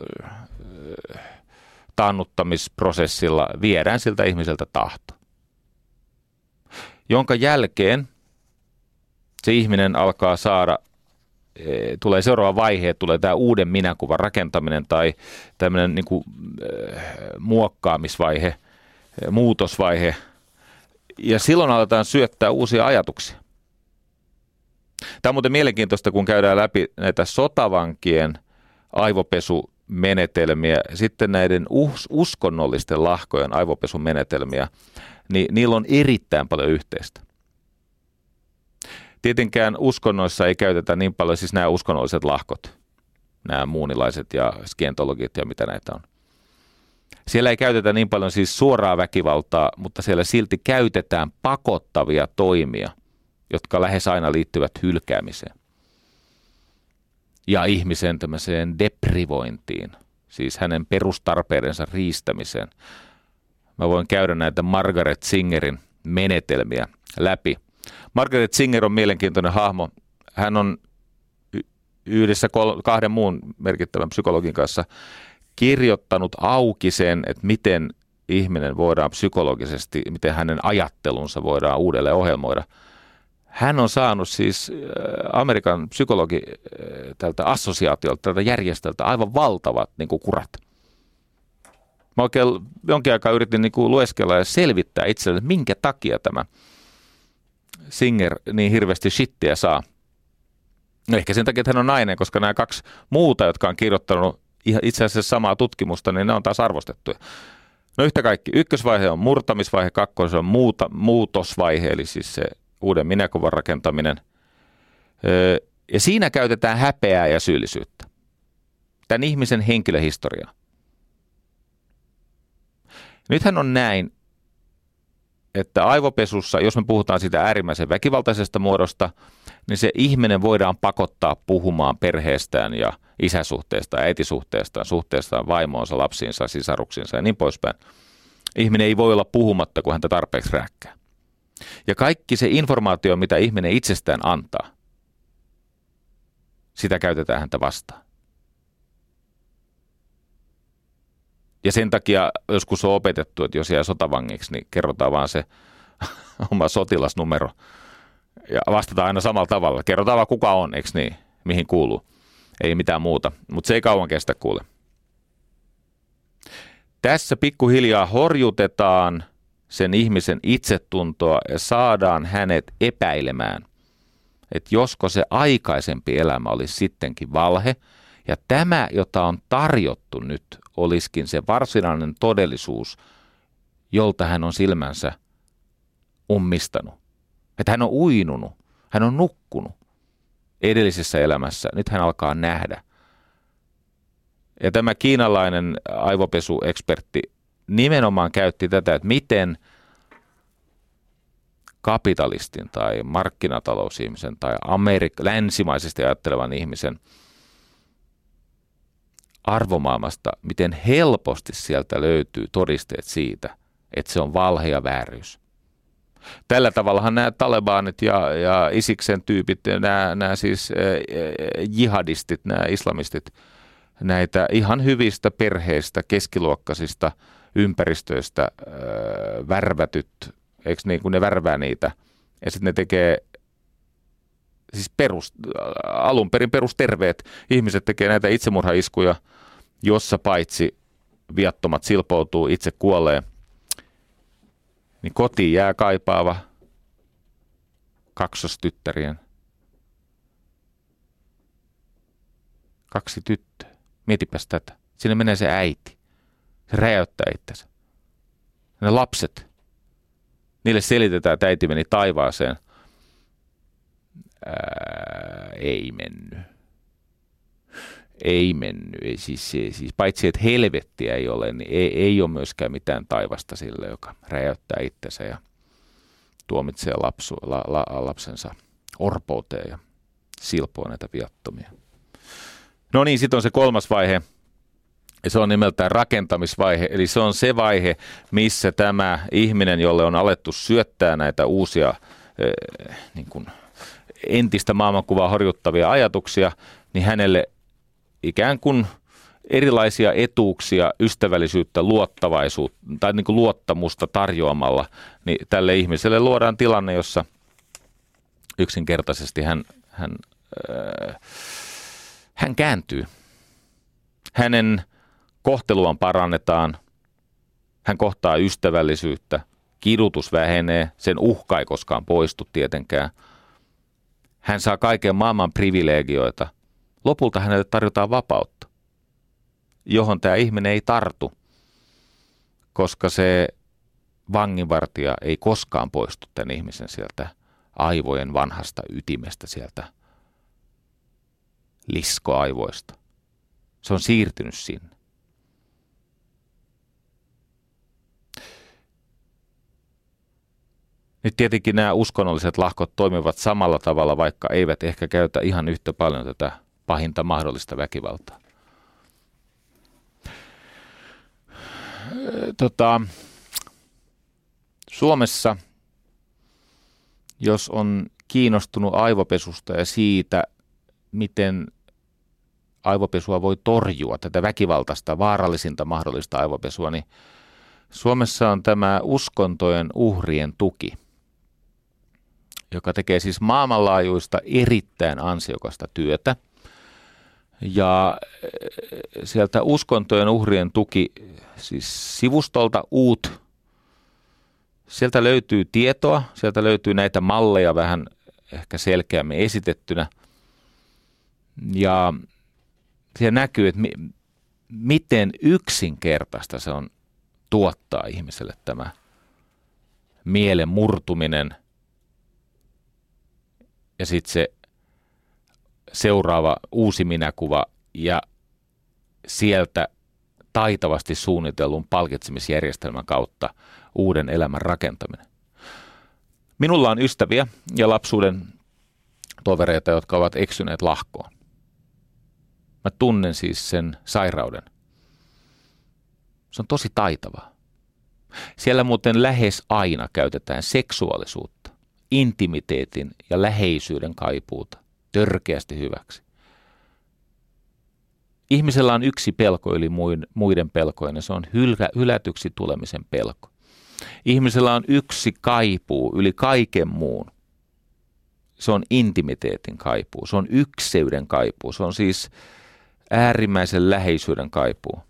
taannuttamisprosessilla viedään siltä ihmiseltä tahto, jonka jälkeen se ihminen alkaa saada, tulee seuraava vaihe, tulee tämä uuden minäkuvan rakentaminen tai tämmöinen niin kuin muokkaamisvaihe, muutosvaihe, ja silloin aletaan syöttää uusia ajatuksia. Tämä on muuten mielenkiintoista, kun käydään läpi näitä sotavankien aivopesumenetelmiä, sitten näiden uskonnollisten lahkojen aivopesumenetelmiä, niin niillä on erittäin paljon yhteistä. Tietenkään uskonnoissa ei käytetä niin paljon, siis nämä uskonnolliset lahkot, nämä muunilaiset ja skientologit ja mitä näitä on. Siellä ei käytetä niin paljon siis suoraa väkivaltaa, mutta siellä silti käytetään pakottavia toimia, jotka lähes aina liittyvät hylkäämiseen ja ihmisen tämmöiseen deprivointiin, siis hänen perustarpeidensa riistämiseen. Mä voin käydä näitä Margaret Singerin menetelmiä läpi. Margaret Singer on mielenkiintoinen hahmo. Hän on yhdessä kahden muun merkittävän psykologin kanssa kirjoittanut auki sen, että miten ihminen voidaan psykologisesti, miten hänen ajattelunsa voidaan uudelleen ohjelmoida. Hän on saanut siis Amerikan psykologi tältä assosiaatiolta, tältä järjestöltä aivan valtavat niin kuin kurat. Mä oikein jonkin aikaa yritin niin kuin lueskella ja selvittää itselleni, että minkä takia tämä Singer niin hirveästi shittiä saa. Ehkä sen takia, että hän on nainen, koska nämä kaksi muuta, jotka on kirjoittanut itse asiassa samaa tutkimusta, niin ne on taas arvostettuja. No yhtä kaikki, ykkösvaihe on murtamisvaihe, kakkos on muutosvaihe, eli siis se uuden minäkuvan rakentaminen. Ja siinä käytetään häpeää ja syyllisyyttä. Tämän ihmisen henkilöhistoriaa. Nythän on näin, että aivopesussa, jos me puhutaan siitä äärimmäisen väkivaltaisesta muodosta, niin se ihminen voidaan pakottaa puhumaan perheestään ja isäsuhteestaan, äitisuhteestaan, suhteestaan vaimoonsa, lapsiinsa, sisaruksiinsa ja niin poispäin. Ihminen ei voi olla puhumatta, kun häntä tarpeeksi rääkkää. Ja kaikki se informaatio, mitä ihminen itsestään antaa, sitä käytetään häntä vastaan. Ja sen takia joskus on opetettu, että jos jää sotavangiksi, niin kerrotaan vaan se oma sotilasnumero. Ja vastataan aina samalla tavalla. Kerrotaan vaan kuka on, eikö niin? Mihin kuuluu. Ei mitään muuta, mutta se ei kauan kestä kuule. Tässä pikkuhiljaa horjutetaan sen ihmisen itsetuntoa ja saadaan hänet epäilemään, että josko se aikaisempi elämä olisi sittenkin valhe, ja tämä, jota on tarjottu nyt, olisikin se varsinainen todellisuus, jolta hän on silmänsä ummistanut. Että hän on uinunut, hän on nukkunut edellisessä elämässä, nyt hän alkaa nähdä. Ja tämä kiinalainen aivopesuekspertti nimenomaan käytti tätä, että miten kapitalistin tai markkinatalousihmisen tai länsimaisesti ajattelevan ihmisen arvomaailmasta, miten helposti sieltä löytyy todisteet siitä, että se on valhe ja vääryys. Tällä tavallahan nämä talebanit ja Isiksen tyypit, nämä siis jihadistit, nämä islamistit, näitä ihan hyvistä perheistä, keskiluokkaisista ympäristöistä värvätyt, eikö niin, kun ne värvää niitä, ja sitten ne tekee, siis alun perin perusterveet ihmiset tekee näitä itsemurhaiskuja, jossa paitsi viattomat silpoutuu, itse kuolee, niin kotiin jää kaipaava kaksostyttärien 2 tyttöä. Mietipäs tätä. Sinne menee se äiti. Se räjäyttää itsensä. Ne lapset. Niille selitetään, että äiti meni taivaaseen. Ei mennyt. Ei mennyt. Siis paitsi, että helvettiä ei ole, niin ei ole myöskään mitään taivasta sille, joka räjäyttää itsensä. Ja tuomitsee lapsensa orpouteen ja silpoo näitä viattomia. No niin, sitten on se kolmas vaihe. Ja se on nimeltään rakentamisvaihe, eli se on se vaihe, missä tämä ihminen, jolle on alettu syöttää näitä uusia niin kuin entistä maailmankuvaa horjuttavia ajatuksia, niin hänelle ikään kuin erilaisia etuuksia, ystävällisyyttä, luottavaisuutta tai niin kuin luottamusta tarjoamalla, niin tälle ihmiselle luodaan tilanne, jossa yksinkertaisesti hän kääntyy. Hänen kohteluaan parannetaan, hän kohtaa ystävällisyyttä, kidutus vähenee, sen uhka ei koskaan poistu tietenkään. Hän saa kaiken maailman privilegioita. Lopulta hänelle tarjotaan vapautta, johon tämä ihminen ei tartu, koska se vanginvartija ei koskaan poistu tämän ihmisen sieltä aivojen vanhasta ytimestä, sieltä liskoaivoista. Se on siirtynyt sinne. Nyt tietenkin nämä uskonnolliset lahkot toimivat samalla tavalla, vaikka eivät ehkä käytä ihan yhtä paljon tätä pahinta mahdollista väkivaltaa. Suomessa, jos on kiinnostunut aivopesusta ja siitä, miten aivopesua voi torjua, tätä väkivaltaista, vaarallisinta mahdollista aivopesua, niin Suomessa on tämä uskontojen uhrien tuki, joka tekee siis maailmanlaajuista erittäin ansiokasta työtä. Ja sieltä uskontojen uhrien tuki, siis sivustolta sieltä löytyy tietoa, sieltä löytyy näitä malleja vähän ehkä selkeämmin esitettynä. Ja siellä näkyy, että miten yksinkertaista se on tuottaa ihmiselle tämä mielen murtuminen ja sitten se seuraava uusi minäkuva ja sieltä taitavasti suunnitellun palkitsemisjärjestelmän kautta uuden elämän rakentaminen. Minulla on ystäviä ja lapsuuden tovereita, jotka ovat eksyneet lahkoon. Mä tunnen siis sen sairauden. Se on tosi taitavaa. Siellä muuten lähes aina käytetään seksuaalisuutta, intimiteetin ja läheisyyden kaipuuta törkeästi hyväksi. Ihmisellä on yksi pelko yli muiden pelkojen, ja se on hylätyksi tulemisen pelko. Ihmisellä on yksi kaipuu yli kaiken muun. Se on intimiteetin kaipuu, se on ykseyden kaipuu, se on siis äärimmäisen läheisyyden kaipuu.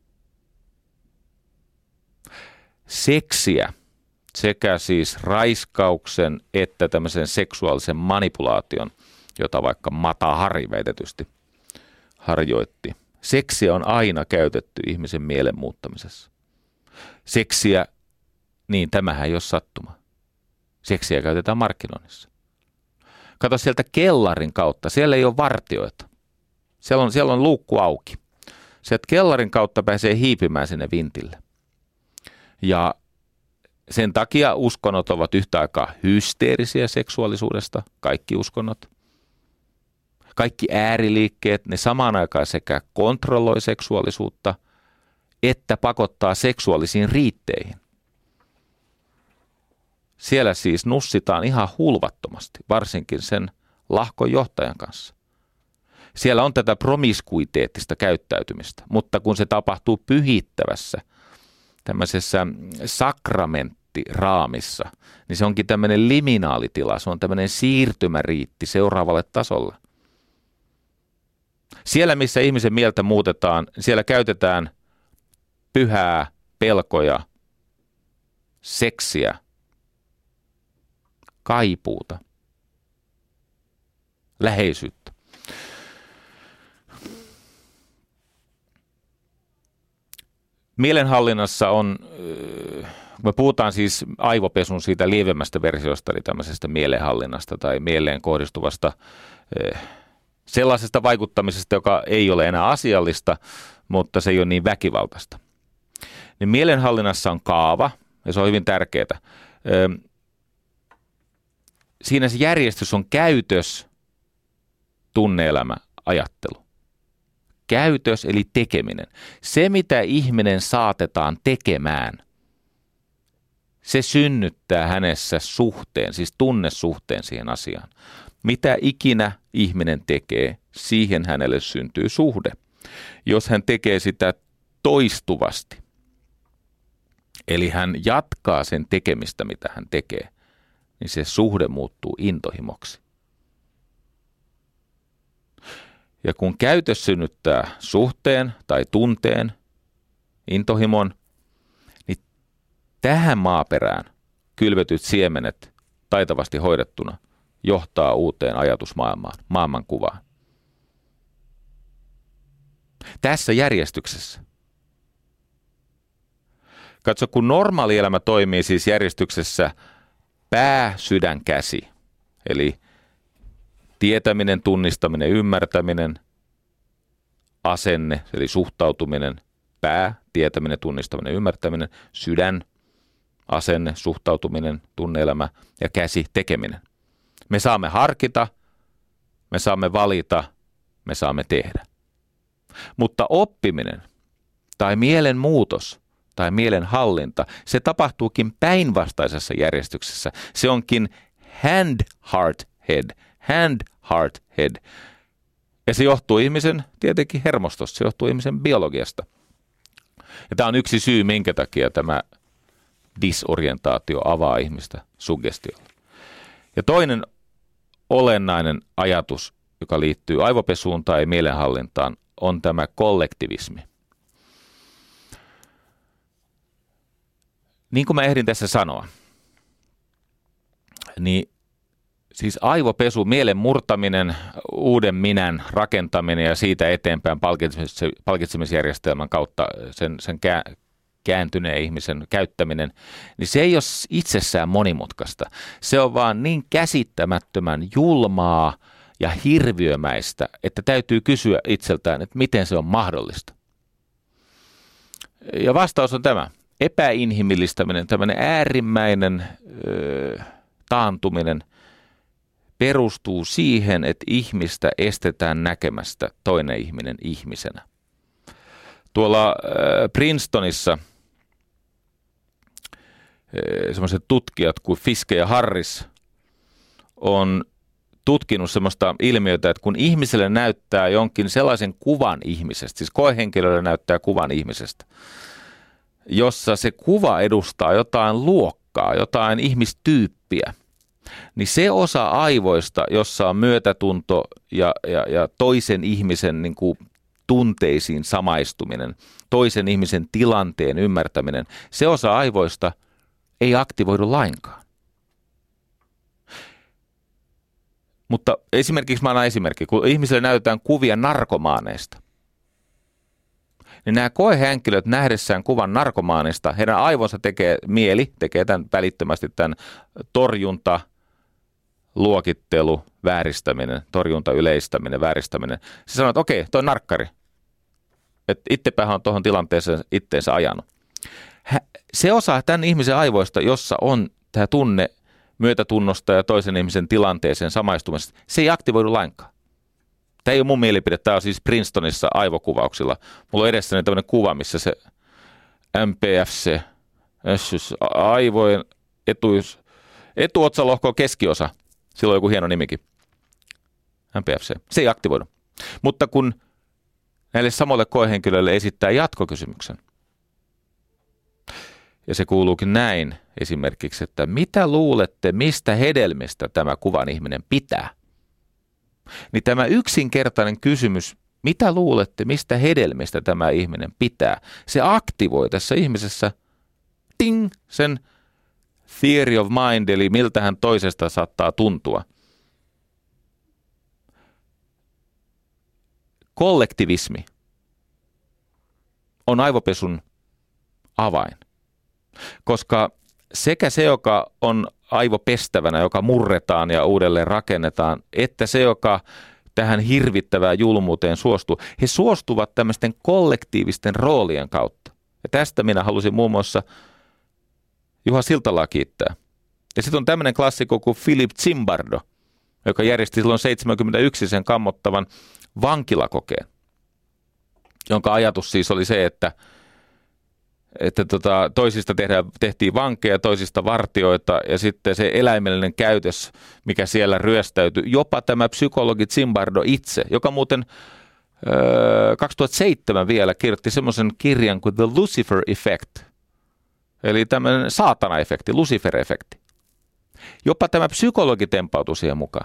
Seksiä, sekä siis raiskauksen että tämmöisen seksuaalisen manipulaation, jota vaikka Mata Hari väitetysti harjoitti. Seksiä on aina käytetty ihmisen mielen muuttamisessa. Seksiä, niin tämähän ei ole sattuma. Seksiä käytetään markkinoinnissa. Kato sieltä kellarin kautta, siellä ei ole vartioita. Siellä on luukku auki. Sieltä kellarin kautta pääsee hiipimään sinne vintille. Ja sen takia uskonnot ovat yhtä aikaa hysteerisiä seksuaalisuudesta, kaikki uskonnot. Kaikki ääriliikkeet, ne samaan aikaan sekä kontrolloi seksuaalisuutta, että pakottaa seksuaalisiin riitteihin. Siellä siis nussitaan ihan hulvattomasti, varsinkin sen lahkon johtajan kanssa. Siellä on tätä promiskuiteettista käyttäytymistä, mutta kun se tapahtuu pyhittävässä, tämmöisessä sakramenttiraamissa, niin se onkin tämmöinen liminaalitila, se on tämmöinen siirtymäriitti seuraavalle tasolle. Siellä, missä ihmisen mieltä muutetaan, siellä käytetään pyhää, pelkoja, seksiä, kaipuuta, läheisyyttä. Mielenhallinnassa on, me puhutaan siis aivopesun siitä lievemmästä versiosta, eli tämmöisestä mielenhallinnasta tai mieleen kohdistuvasta sellaisesta vaikuttamisesta, joka ei ole enää asiallista, mutta se ei ole niin väkivaltaista. Niin mielenhallinnassa on kaava, ja se on hyvin tärkeää. siinä se järjestys on käytös, tunne-elämä, ajattelu. Käytös eli tekeminen. Se, mitä ihminen saatetaan tekemään, se synnyttää hänessä suhteen, siis tunnesuhteen siihen asiaan. Mitä ikinä ihminen tekee, siihen hänelle syntyy suhde. Jos hän tekee sitä toistuvasti, eli hän jatkaa sen tekemistä, mitä hän tekee, niin se suhde muuttuu intohimoksi. Ja kun käytös synnyttää suhteen tai tunteen, intohimon, niin tähän maaperään kylvetyt siemenet taitavasti hoidettuna johtaa uuteen ajatusmaailmaan, maailmankuvaan. Tässä järjestyksessä. Katso, kun normaali elämä toimii siis järjestyksessä pää, sydän, käsi, eli tietäminen, tunnistaminen, ymmärtäminen, asenne, eli suhtautuminen, pää, tietäminen, tunnistaminen, ymmärtäminen, sydän, asenne, suhtautuminen, tunne-elämä ja käsi, tekeminen. Me saamme harkita, me saamme valita, me saamme tehdä. Mutta oppiminen tai mielen muutos tai mielen hallinta, se tapahtuukin päinvastaisessa järjestyksessä. Se onkin hand, heart, head. Hand, heart, head. Ja se johtuu ihmisen tietenkin hermostosta, se johtuu ihmisen biologiasta. Ja tämä on yksi syy, minkä takia tämä disorientaatio avaa ihmistä suggestiolle. Ja toinen olennainen ajatus, joka liittyy aivopesuun tai mielenhallintaan, on tämä kollektivismi. Niin kuin mä ehdin tässä sanoa, niin siis aivopesu, mielen murtaminen, uuden minän rakentaminen ja siitä eteenpäin palkitsemisjärjestelmän kautta sen kääntyneen ihmisen käyttäminen, niin se ei ole itsessään monimutkaista. Se on vaan niin käsittämättömän julmaa ja hirviömäistä, että täytyy kysyä itseltään, että miten se on mahdollista. Ja vastaus on tämä. Epäinhimillistäminen, tämmöinen äärimmäinen taantuminen perustuu siihen, että ihmistä estetään näkemästä toinen ihminen ihmisenä. Tuolla Princetonissa semmoiset tutkijat kuin Fiske ja Harris on tutkinut semmoista ilmiötä, että kun ihmiselle näyttää jonkin sellaisen kuvan ihmisestä, siis koehenkilölle näyttää kuvan ihmisestä, jossa se kuva edustaa jotain luokkaa, jotain ihmistyyppiä, niin se osa aivoista, jossa on myötätunto ja toisen ihmisen niin kuin tunteisiin samaistuminen, toisen ihmisen tilanteen ymmärtäminen, se osa aivoista ei aktivoidu lainkaan. Mutta esimerkiksi, mä annan esimerkki, kun ihmisille näytetään kuvia narkomaaneista, niin nämä koehenkilöt nähdessään kuvan narkomaanista, heidän aivonsa mieli tekee tämän välittömästi tämän torjunta, luokittelu, vääristäminen, torjunta, yleistäminen, vääristäminen. Se sanoo, että okei, toi on narkkari. Että itsepähän on tuohon tilanteeseen itteensä ajanut. Se osa tämän ihmisen aivoista, jossa on tämä tunne myötätunnosta ja toisen ihmisen tilanteeseen samaistumisesta, se ei aktivoidu lainkaan. Tämä ei ole mun mielipide, tämä on siis Princetonissa aivokuvauksilla. Mulla on edessäni tämmöinen kuva, missä se MPFC, aivojen etuotsalohko keskiosa, sillä on joku hieno nimikin, MPFC, se ei aktivoidu. Mutta kun näille samoille koehenkilöille esittää jatkokysymyksen, ja se kuuluukin näin esimerkiksi, että mitä luulette, mistä hedelmistä tämä kuvan ihminen pitää? Niin tämä yksinkertainen kysymys, mitä luulette, mistä hedelmistä tämä ihminen pitää, se aktivoi tässä ihmisessä sen theory of mind, eli miltä hän toisesta saattaa tuntua. Kollektivismi on aivopesun avain, koska sekä se, joka on aivopestävänä, joka murretaan ja uudelleen rakennetaan, että se, joka tähän hirvittävään julmuuteen suostuu, he suostuvat tämmöisten kollektiivisten roolien kautta. Ja tästä minä halusin muun muassa Juha Siltalaa kiittää, Ja sitten on tämmöinen klassikko kuin Philip Zimbardo, joka järjesti silloin 71 sen kammottavan vankilakokeen, jonka ajatus siis oli se, että toisista tehtiin vankeja, toisista vartioita ja sitten se eläimellinen käytös, mikä siellä ryöstäytyi. Jopa tämä psykologi Zimbardo itse, joka muuten 2007 vielä kirjoitti semmoisen kirjan kuin The Lucifer Effect, eli tämmöinen saatana-efekti, Lucifer-efekti. Jopa tämä psykologi tempautui siihen mukaan.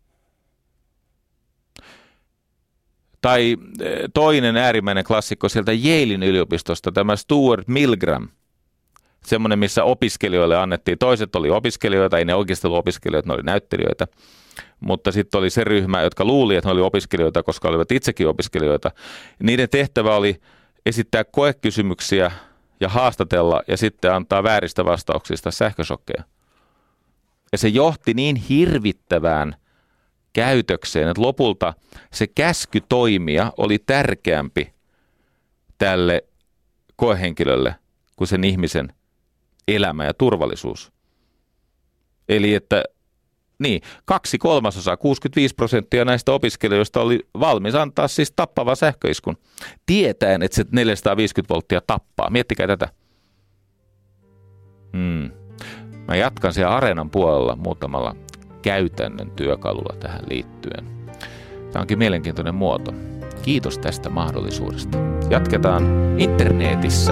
Tai toinen äärimmäinen klassikko sieltä Yalein yliopistosta, tämä Stuart Milgram. Semmoinen, missä opiskelijoille annettiin, toiset oli opiskelijoita, ei ne oikeasti ollut opiskelijoita, ne oli näyttelijöitä. Mutta sitten oli se ryhmä, jotka luuli, että ne oli opiskelijoita, koska olivat itsekin opiskelijoita. Niiden tehtävä oli esittää koekysymyksiä ja haastatella ja sitten antaa vääristä vastauksista sähköshokkeja. Ja se johti niin hirvittävään käytökseen, että lopulta se käsky toimia oli tärkeämpi tälle koehenkilölle kuin sen ihmisen elämä ja turvallisuus. Eli että 2/3, 65% näistä opiskelijoista oli valmis antaa siis tappava sähköiskun, tietäen, että se 450 volttia tappaa. Miettikää tätä. Mä jatkan siellä Areenan puolella muutamalla käytännön työkalulla tähän liittyen. Tämä onkin mielenkiintoinen muoto. Kiitos tästä mahdollisuudesta. Jatketaan internetissä.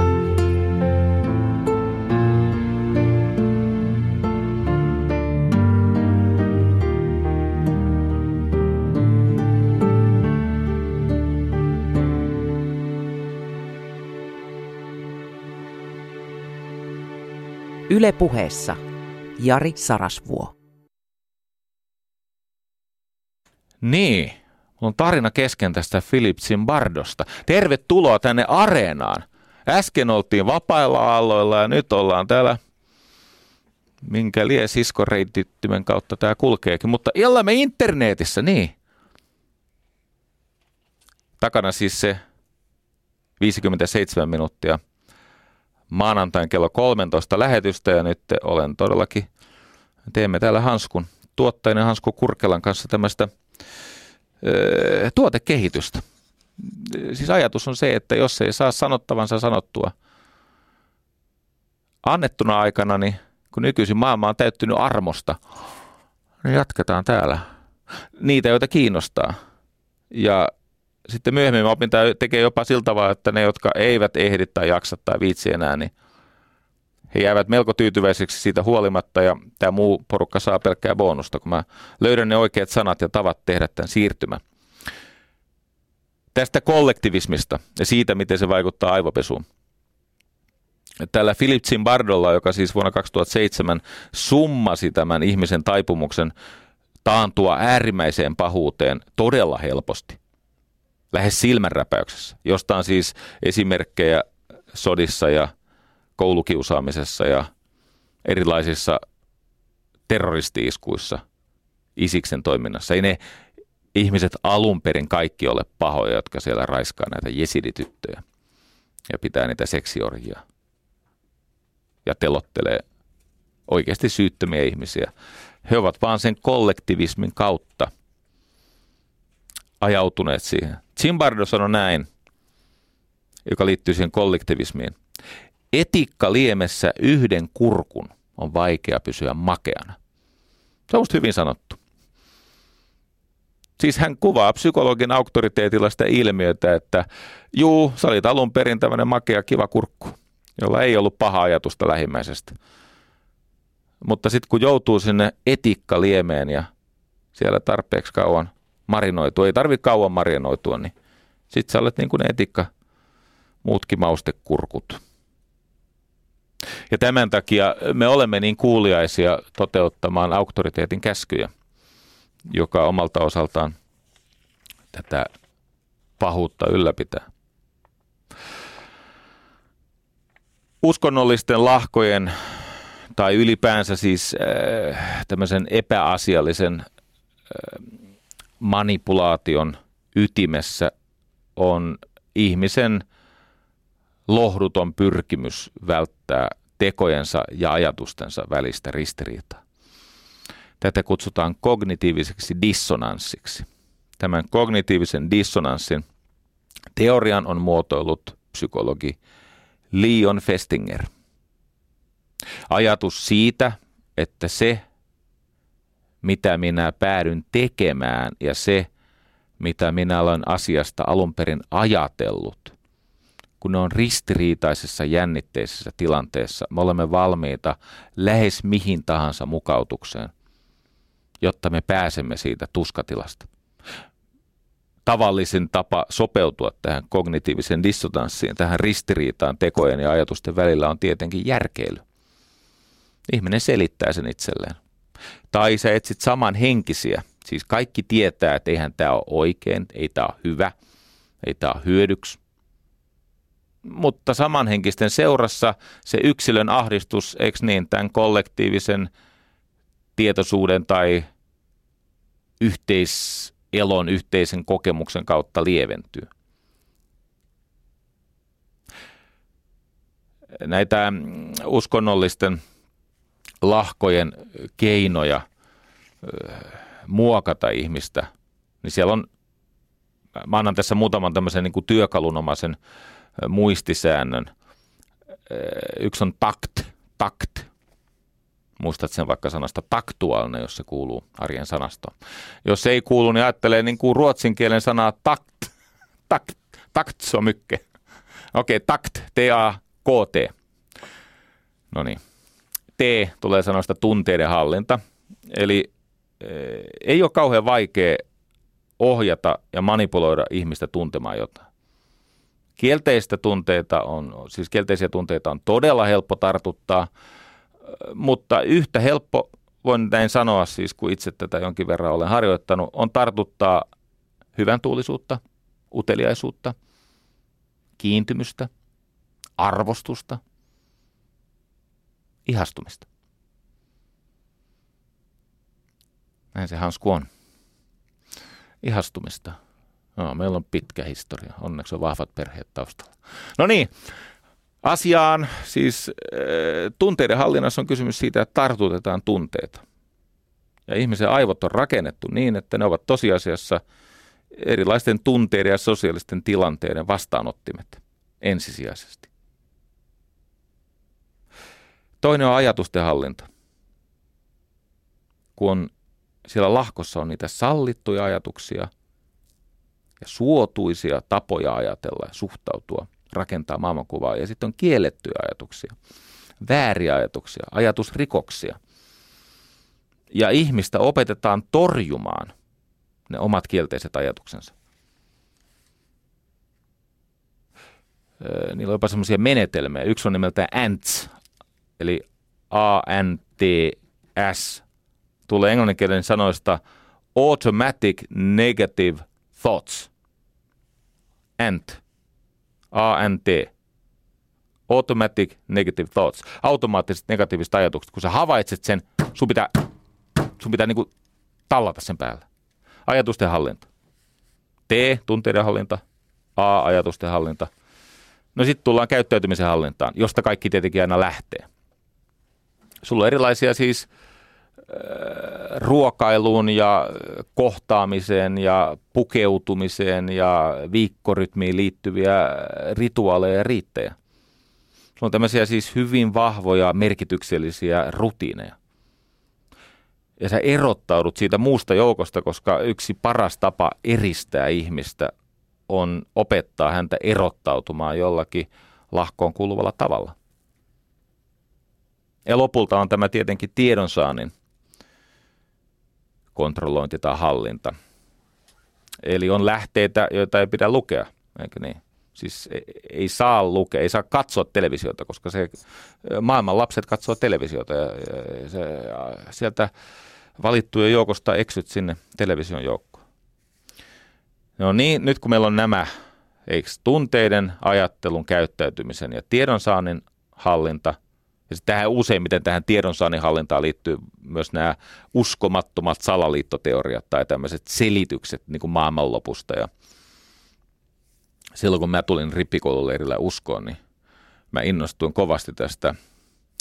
Yle Puheessa Jari Sarasvuo. Niin, mulla on tarina kesken tästä Philip Zimbardosta. Tervetuloa tänne Areenaan. Äsken oltiin vapailla aalloilla ja nyt ollaan täällä, minkä lie siskoreitittimen kautta tää kulkeekin. Mutta olemme internetissä, niin. Takana siis se 57 minuuttia maanantain kello 13 lähetystä ja nyt teemme täällä tuottajana Hansku Kurkelan kanssa tämmöistä tuotekehitystä. Siis ajatus on se, että jos ei saa sanottavansa sanottua annettuna aikana, niin kun nykyisin maailma on täyttynyt armosta, niin jatketaan täällä niitä, joita kiinnostaa. Ja sitten myöhemmin opin tekee jopa sillä tavalla, että ne, jotka eivät ehdi tai jaksa tai viitsi enää, niin he jäävät melko tyytyväiseksi siitä huolimatta ja tämä muu porukka saa pelkkää bonusta, kun mä löydän ne oikeat sanat ja tavat tehdä tämän siirtymän. Tästä kollektivismista ja siitä, miten se vaikuttaa aivopesuun. Tällä Philip Zimbardolla, joka siis vuonna 2007 summasi tämän ihmisen taipumuksen taantua äärimmäiseen pahuuteen todella helposti. Lähes silmänräpäyksessä, josta on siis esimerkkejä sodissa ja koulukiusaamisessa ja erilaisissa terroristi-iskuissa, Isiksen toiminnassa. Ei ne ihmiset alun perin kaikki ole pahoja, jotka siellä raiskaa näitä jesidityttöjä ja pitää niitä seksiorjia ja telottelee oikeasti syyttömiä ihmisiä. He ovat vaan sen kollektivismin kautta ajautuneet siihen. Zimbardo sanoi näin, joka liittyy siihen kollektivismiin. Etikka liemessä yhden kurkun on vaikea pysyä makeana. Se on musta hyvin sanottu. Siis hän kuvaa psykologin auktoriteetilla sitä ilmiötä, että sä olit alun perin tämmöinen makea kiva kurkku, jolla ei ollut paha ajatusta lähimmäisestä. Mutta sitten kun joutuu sinne etikka liemeen ja siellä tarpeeksi kauan marinoitua, ei tarvitse kauan marinoitua, niin sitten sä olet niin kuin etikka, muutkin maustekurkut. Ja tämän takia me olemme niin kuuliaisia toteuttamaan auktoriteetin käskyjä, joka omalta osaltaan tätä pahuutta ylläpitää. Uskonnollisten lahkojen tai ylipäänsä siis tämmöisen epäasiallisen manipulaation ytimessä on ihmisen lohduton pyrkimys välttää tekojensa ja ajatustensa välistä ristiriitaa. Tätä kutsutaan kognitiiviseksi dissonanssiksi. Tämän kognitiivisen dissonanssin teorian on muotoillut psykologi Leon Festinger. Ajatus siitä, että se, mitä minä päädyn tekemään ja se, mitä minä olen asiasta alun perin ajatellut, kun ne on ristiriitaisessa jännitteisessä tilanteessa, me olemme valmiita lähes mihin tahansa mukautukseen, jotta me pääsemme siitä tuskatilasta. Tavallisin tapa sopeutua tähän kognitiiviseen dissonanssiin, tähän ristiriitaan tekojen ja ajatusten välillä on tietenkin järkeily. Ihminen selittää sen itselleen. Tai sä etsit samanhenkisiä, siis kaikki tietää, että eihän tämä ole oikein, ei tämä ole hyvä, ei tämä ole hyödyksi. Mutta samanhenkisten seurassa se yksilön ahdistus, eikö niin, tämän kollektiivisen tietoisuuden tai yhteiselon, yhteisen kokemuksen kautta lieventyy. Näitä uskonnollisten lahkojen keinoja muokata ihmistä, niin siellä on, mä annan tässä muutaman tämmöisen niin kuin työkalunomaisen muistisäännön. Yksi on takt. Muistat sen vaikka sanasta taktuaalinen, jos se kuuluu arjen sanastoon. Jos se ei kuulu, niin ajattelee niin kuin ruotsin kielen sanaa takt, se on mykke. Okei, takt, T-A-K-T. No niin. T tulee sanoista tunteiden hallinta, eli ei ole kauhean vaikea ohjata ja manipuloida ihmistä tuntemaan jotain. Kielteisiä tunteita on todella helppo tartuttaa, mutta yhtä helppo, voin näin sanoa siis, kun itse tätä jonkin verran olen harjoittanut, on tartuttaa hyvän tuulisuutta, uteliaisuutta, kiintymystä, arvostusta, ihastumista. Näin se hansku on. Ihastumista. No, meillä on pitkä historia. Onneksi on vahvat perheet taustalla. No niin, asiaan. Siis tunteiden hallinnassa on kysymys siitä, että tartutetaan tunteita. Ja ihmisen aivot on rakennettu niin, että ne ovat tosiasiassa erilaisten tunteiden ja sosiaalisten tilanteiden vastaanottimet ensisijaisesti. Toinen on ajatusten hallinta. Kun siellä lahkossa on niitä sallittuja ajatuksia ja suotuisia tapoja ajatella ja suhtautua, rakentaa maailmankuvaa. Ja sitten on kiellettyjä ajatuksia, vääriä ajatuksia, ajatusrikoksia. Ja ihmistä opetetaan torjumaan ne omat kielteiset ajatuksensa. Niillä on jopa semmoisia menetelmiä. Yksi on nimeltään ANTS, eli A-N-T-S. Tulee englanninkielen sanoista Automatic Negative Thoughts. ANT. A-N-T. Automatic Negative Thoughts. Automaattiset negatiiviset ajatukset. Kun sä havaitset sen, sun pitää niinku tallata sen päälle. Ajatusten hallinta. T, tunteiden hallinta. A, ajatusten hallinta. No sitten tullaan käyttäytymisen hallintaan, josta kaikki tietenkin aina lähtee. Sulla on erilaisia siis ruokailuun ja kohtaamiseen ja pukeutumiseen ja viikkorytmiin liittyviä rituaaleja ja riittejä. Sulla on tämmöisiä siis hyvin vahvoja merkityksellisiä rutiineja. Ja sä erottaudut siitä muusta joukosta, koska yksi paras tapa eristää ihmistä on opettaa häntä erottautumaan jollakin lahkoon kuuluvalla tavalla. Ja lopulta on tämä tietenkin tiedonsaannin kontrollointi tai hallinta. Eli on lähteitä, joita ei pidä lukea, eikö niin? Siis ei saa lukea, ei saa katsoa televisiota, koska maailman lapset katsoo televisiota ja sieltä valittujen joukosta eksyt sinne television joukkoon. No niin, nyt kun meillä on nämä tunteiden, ajattelun, käyttäytymisen ja tiedonsaannin hallinta, ja sitten useimmiten tähän tiedonsaannin hallintaan liittyy myös nämä uskomattomat salaliittoteoriat tai tämmöiset selitykset niin kuin maailmanlopusta. Ja silloin kun mä tulin rippikoululeirillä uskoon, niin mä innostuin kovasti tästä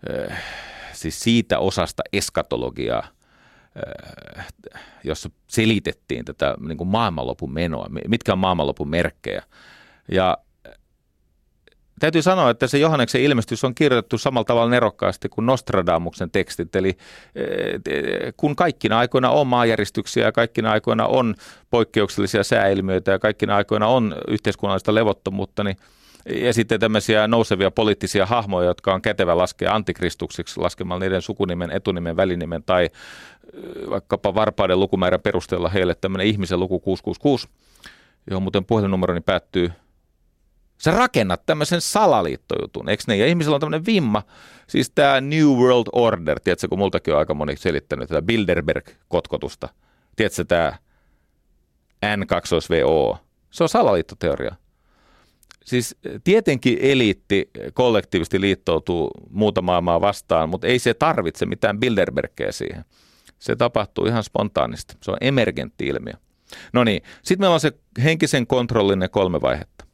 siis siitä osasta eskatologiaa, jossa selitettiin tätä niin kuin maailmanlopun menoa, mitkä on maailmanlopun merkkejä. Ja täytyy sanoa, että se Johanneksen ilmestys on kirjoitettu samalla tavalla nerokkaasti kuin Nostradamuksen tekstit. Eli kun kaikkina aikoina on maanjäristyksiä ja kaikkina aikoina on poikkeuksellisia sääilmiöitä ja kaikkina aikoina on yhteiskunnallista levottomuutta, niin ja sitten tämmöisiä nousevia poliittisia hahmoja, jotka on kätevä laskea antikristuksiksi laskemalla niiden sukunimen, etunimen, välinimen tai vaikkapa varpaiden lukumäärän perusteella heille tämmöinen ihmisen luku 666, johon muuten puhelinnumeroni päättyy. Sä rakennat tämmöisen salaliittojutun, eikö niin? Ja ihmisellä on tämmöinen vimma, siis tämä New World Order, tiedätkö, kun multakin on aika moni selittänyt tätä Bilderberg-kotkotusta. Tiedätkö, tämä N2VO, se on salaliittoteoria. Siis tietenkin eliitti kollektiivisesti liittoutuu muuta maailmaa vastaan, mutta ei se tarvitse mitään Bilderbergkeä siihen. Se tapahtuu ihan spontaanisti. Se on emergentti ilmiö. No niin, sitten meillä on se henkisen kontrollin ne 3 vaihetta.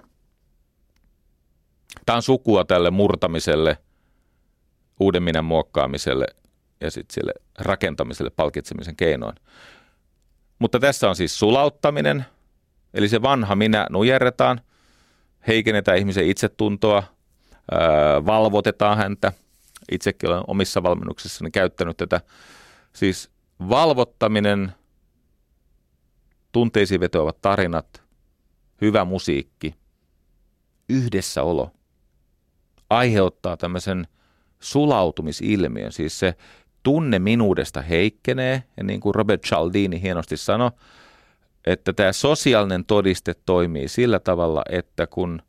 Tämä on sukua tälle murtamiselle, uuden minän muokkaamiselle ja sitten sille rakentamiselle palkitsemisen keinoin. Mutta tässä on siis sulauttaminen, eli se vanha minä nujerretaan, heikennetään ihmisen itsetuntoa, valvotetaan häntä. Itsekin olen omissa valmennuksissani käyttänyt tätä. Siis valvottaminen, tunteisiin vetoavat tarinat, hyvä musiikki, yhdessäolo aiheuttaa tämmöisen sulautumisilmiön. Siis se tunne minuudesta heikkenee, ja niin kuin Robert Cialdini hienosti sanoi, että tämä sosiaalinen todiste toimii sillä tavalla, että kun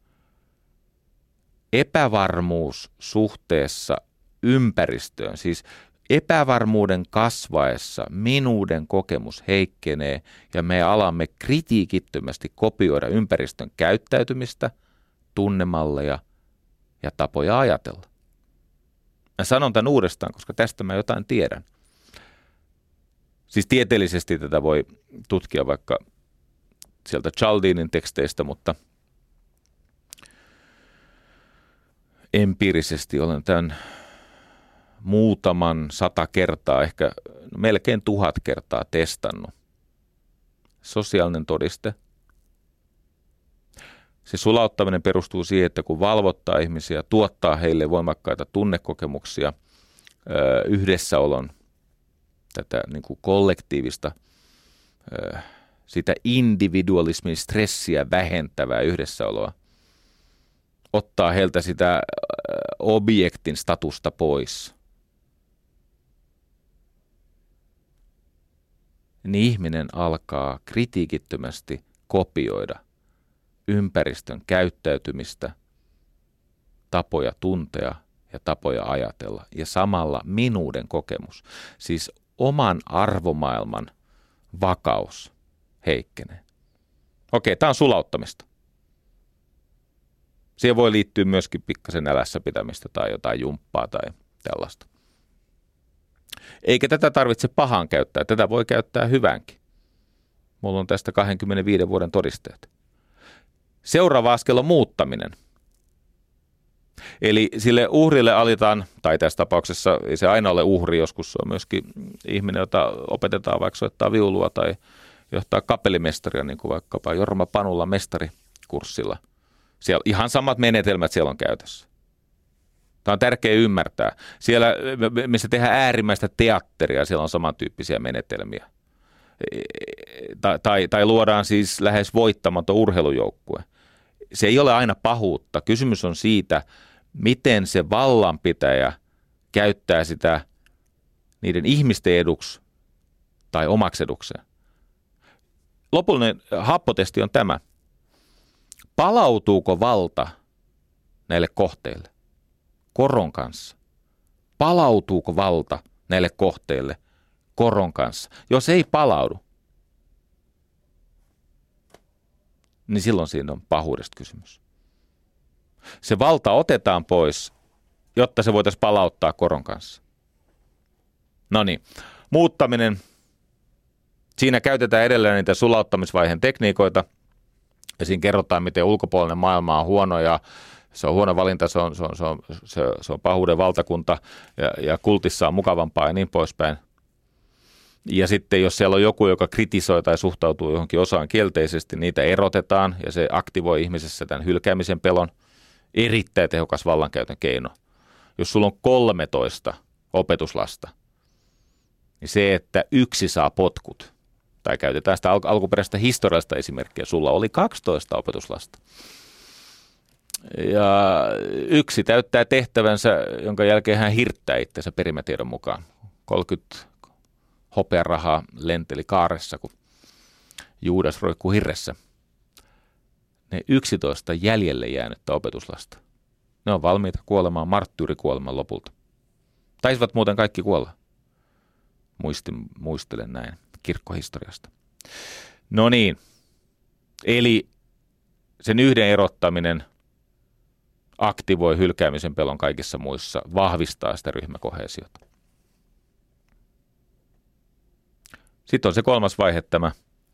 epävarmuus suhteessa ympäristöön, siis epävarmuuden kasvaessa minuuden kokemus heikkenee ja me alamme kritiikittömästi kopioida ympäristön käyttäytymistä, tunnemalleja ja tapoja ajatella. Mä sanon tämän uudestaan, koska tästä mä jotain tiedän. Siis tieteellisesti tätä voi tutkia vaikka sieltä Cialdinin teksteistä, mutta empiirisesti olen tämän muutaman 100 kertaa, ehkä melkein 1000 kertaa testannut. Sosiaalinen todiste. Se sulauttaminen perustuu siihen, että kun valvottaa ihmisiä, tuottaa heille voimakkaita tunnekokemuksia, yhdessäolon, tätä niin kuin kollektiivista, sitä individualismin stressiä vähentävää yhdessäoloa, ottaa heiltä sitä objektin statusta pois, niin ihminen alkaa kritiikittömästi kopioida ympäristön käyttäytymistä, tapoja tuntea ja tapoja ajatella ja samalla minuuden kokemus, siis oman arvomaailman vakaus heikkenee. Okei, tämä on sulauttamista. Siihen voi liittyä myöskin pikkasen älässä pitämistä tai jotain jumppaa tai tällaista. Eikä tätä tarvitse pahaan käyttää, tätä voi käyttää hyvänkin. Mulla on tästä 25 vuoden todisteet. Seuraava askel on muuttaminen. Eli sille uhrille alitaan, tai tässä tapauksessa ei se aina ole uhri, joskus se on myöskin ihminen, jota opetetaan vaikka soittaa viulua tai johtaa kapellimestaria, niin kuin vaikkapa Jorma Panula mestarikurssilla. Siellä ihan samat menetelmät siellä on käytössä. Tämä on tärkeää ymmärtää. Siellä, missä tehdään äärimmäistä teatteria, siellä on samantyyppisiä menetelmiä. Tai luodaan siis lähes voittamaton urheilujoukkue. Se ei ole aina pahuutta. Kysymys on siitä, miten se vallanpitäjä käyttää sitä niiden ihmisten eduksi tai omaksi edukseen. Lopullinen happotesti on tämä. Palautuuko valta näille kohteille koron kanssa? Palautuuko valta näille kohteille koron kanssa? Jos ei palaudu, niin silloin siinä on pahuudesta kysymys. Se valta otetaan pois, jotta se voitaisiin palauttaa koron kanssa. No niin, muuttaminen. Siinä käytetään edelleen niitä sulauttamisvaiheen tekniikoita. Ja siinä kerrotaan, miten ulkopuolinen maailma on huono ja Se on huono valinta, se on pahuuden valtakunta ja kultissa on mukavampaa ja niin poispäin. Ja sitten jos siellä on joku, joka kritisoi tai suhtautuu johonkin osaan kielteisesti, niitä erotetaan ja se aktivoi ihmisessä tämän hylkäämisen pelon. Erittäin tehokas vallankäytön keino. Jos sulla on 13 opetuslasta, niin se, että yksi saa potkut, tai käytetään sitä alkuperäistä historiallista esimerkkiä, sulla oli 12 opetuslasta. Ja yksi täyttää tehtävänsä, jonka jälkeen hän hirttää itsensä perimätiedon mukaan. 30 hopearahaa lenteli kaaressa, kun Juudas roikkui hirressä. Ne 11 jäljelle jäänyttä opetuslasta. Ne on valmiita kuolemaan marttyyrikuoleman lopulta. Taisivat muuten kaikki kuolla. Muistelen näin kirkkohistoriasta. No niin, eli sen yhden erottaminen aktivoi hylkäämisen pelon kaikissa muissa, vahvistaa sitä ryhmäkoheesiota. Sitten on se kolmas vaihe, tämä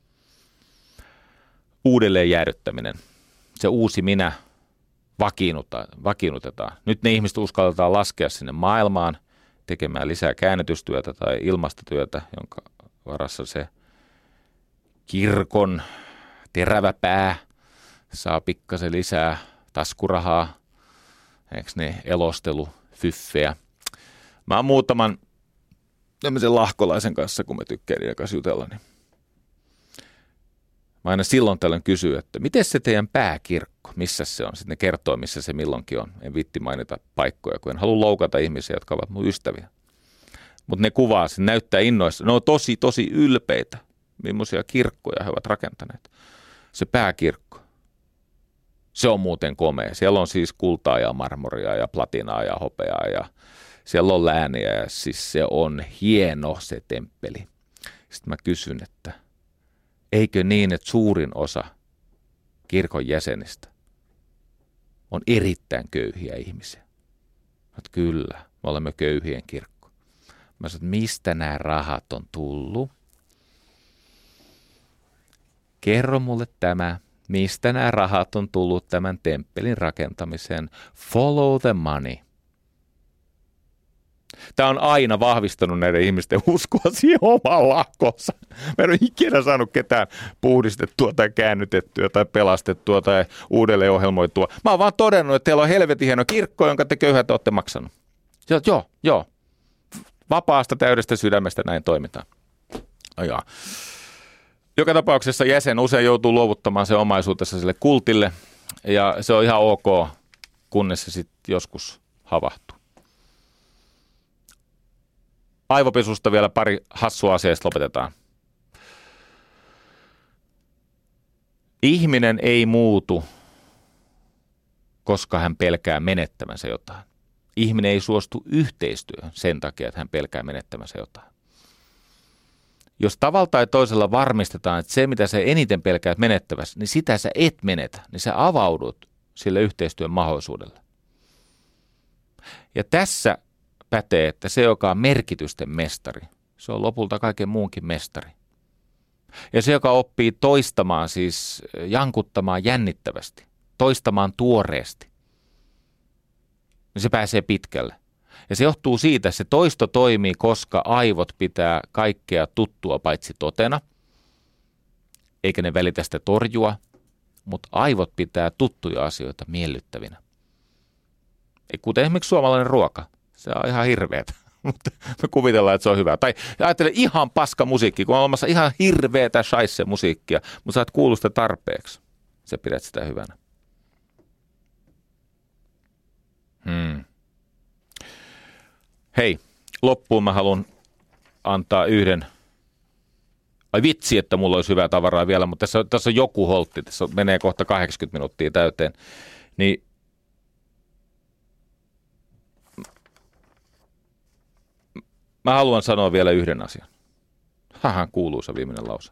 uudelleen jäädyttäminen. Se uusi minä vakiinnutetaan. Nyt ne ihmiset uskalletaan laskea sinne maailmaan tekemään lisää käännytystyötä tai ilmastotyötä, jonka varassa se kirkon terävä pää saa pikkasen lisää taskurahaa, eikö ne elostelufyffejä. Mä oon muutaman tämmöisen lahkolaisen kanssa, kun mä tykkään niiden kanssa jutella, niin mä aina silloin tällöin kysyn, että miten se teidän pääkirkko, missä se on? Sitten ne kertoo, missä se milloinkin on. En viitti mainita paikkoja, kun en halua loukata ihmisiä, jotka ovat mun ystäviä. Mutta ne kuvaa, se näyttää innoissa. Ne on tosi ylpeitä, millaisia kirkkoja he ovat rakentaneet. Se pääkirkko, se on muuten komea. Siellä on siis kultaa ja marmoria ja platinaa ja hopeaa ja siellä on lääniä ja siis se on hieno se temppeli. Sitten mä kysyn, että eikö niin, että suurin osa kirkon jäsenistä on erittäin köyhiä ihmisiä? Että kyllä, me olemme köyhien kirkko. Mä sanoin, että mistä nämä rahat on tullut? Kerro mulle tämä, mistä nämä rahat on tullut tämän temppelin rakentamiseen. Follow the money. Tämä on aina vahvistanut näiden ihmisten uskoa siihen omaan lahkoonsa. Mä en ole ikinä saanut ketään puhdistettua tai käännytettyä tai pelastettua tai uudelleen ohjelmoitua. Mä oon vaan todennut, että teillä on helvetin hieno kirkko, jonka te köyhät olette maksanut. Joo. Vapaasta täydestä sydämestä näin toimitaan. Ajaa. Joka tapauksessa jäsen usein joutuu luovuttamaan sen omaisuutensa sille kultille ja se on ihan ok, kunnes se sitten joskus havahtuu. Aivopesusta vielä pari hassua asiasta lopetetaan. Ihminen ei muutu, koska hän pelkää menettämänsä jotain. Ihminen ei suostu yhteistyöhön sen takia, että hän pelkää menettämänsä jotain. Jos tavalla tai toisella varmistetaan, että se mitä sä eniten pelkäät menettävässä, niin sitä sä et menetä, niin sä avaudut sille yhteistyön mahdollisuudelle. Ja tässä pätee, että se, joka on merkitysten mestari, se on lopulta kaiken muunkin mestari. Ja se, joka oppii toistamaan, siis jankuttamaan jännittävästi, toistamaan tuoreesti, niin se pääsee pitkälle. Ja se johtuu siitä, että se toisto toimii, koska aivot pitää kaikkea tuttua paitsi totena, eikä ne välitä sitä torjua, mutta aivot pitää tuttuja asioita miellyttävinä. Kuten esimerkiksi suomalainen ruoka. Se on ihan hirveetä, mutta me kuvitellaan, että se on hyvä. Tai ajattele ihan paska musiikki, kun on olemassa ihan hirveetä shaisse musiikkia, mutta sä oot kuullut sitä tarpeeksi. Sä pidät sitä hyvänä. Hei, loppuun mä haluan antaa yhden. Ai vitsi, että mulla olisi hyvää tavaraa vielä, mutta tässä on joku holtti. Tässä menee kohta 80 minuuttia täyteen. Niin mä haluan sanoa vielä yhden asian. Kuuluisa viimeinen lause.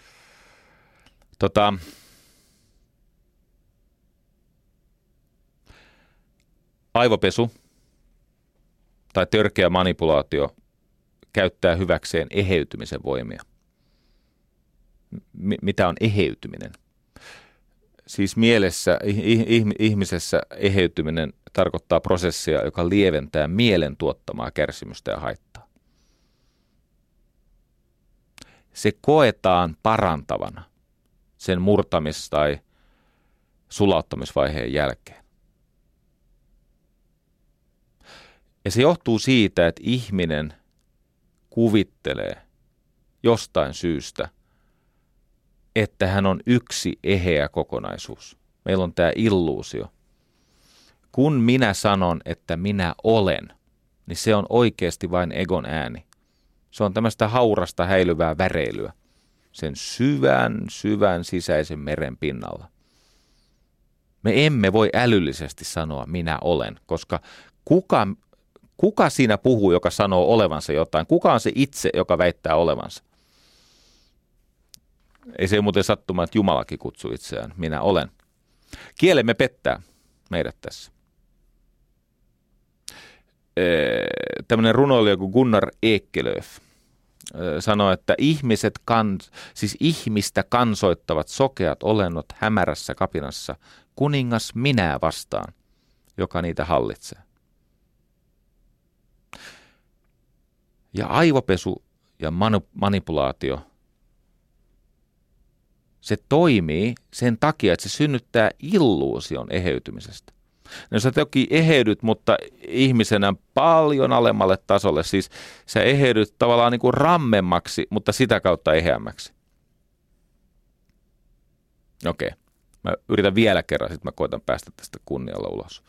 Aivopesu tai törkeä manipulaatio käyttää hyväkseen eheytymisen voimia. Mitä on eheytyminen? Siis mielessä, ihmisessä eheytyminen tarkoittaa prosessia, joka lieventää mielen tuottamaa kärsimystä ja haittaa. Se koetaan parantavana sen murtamis- tai sulauttamisvaiheen jälkeen. Ja se johtuu siitä, että ihminen kuvittelee jostain syystä, että hän on yksi eheä kokonaisuus. Meillä on tämä illuusio. Kun minä sanon, että minä olen, niin se on oikeasti vain egon ääni. Se on tämmöistä haurasta häilyvää väreilyä sen syvän sisäisen meren pinnalla. Me emme voi älyllisesti sanoa minä olen, koska kuka siinä puhuu, joka sanoo olevansa jotain? Kuka on se itse, joka väittää olevansa? Ei se muuten sattumaa, että Jumalakin kutsuu itseään minä olen. Kielemme pettää meidät tässä. Tämmöinen runoilija kuin Gunnar Ekelöf sanoi, että ihmistä kansoittavat sokeat olennot hämärässä kapinassa kuningas minää vastaan, joka niitä hallitsee. Ja aivopesu ja manipulaatio, se toimii sen takia, että se synnyttää illuusion eheytymisestä. No sä toki eheydyt, mutta ihmisenä paljon alemmalle tasolle. Siis sä eheydyt tavallaan niin kuin rammemmaksi, mutta sitä kautta eheämmäksi. Okei. Mä yritän vielä kerran, sitten mä koitan päästä tästä kunnialla ulos.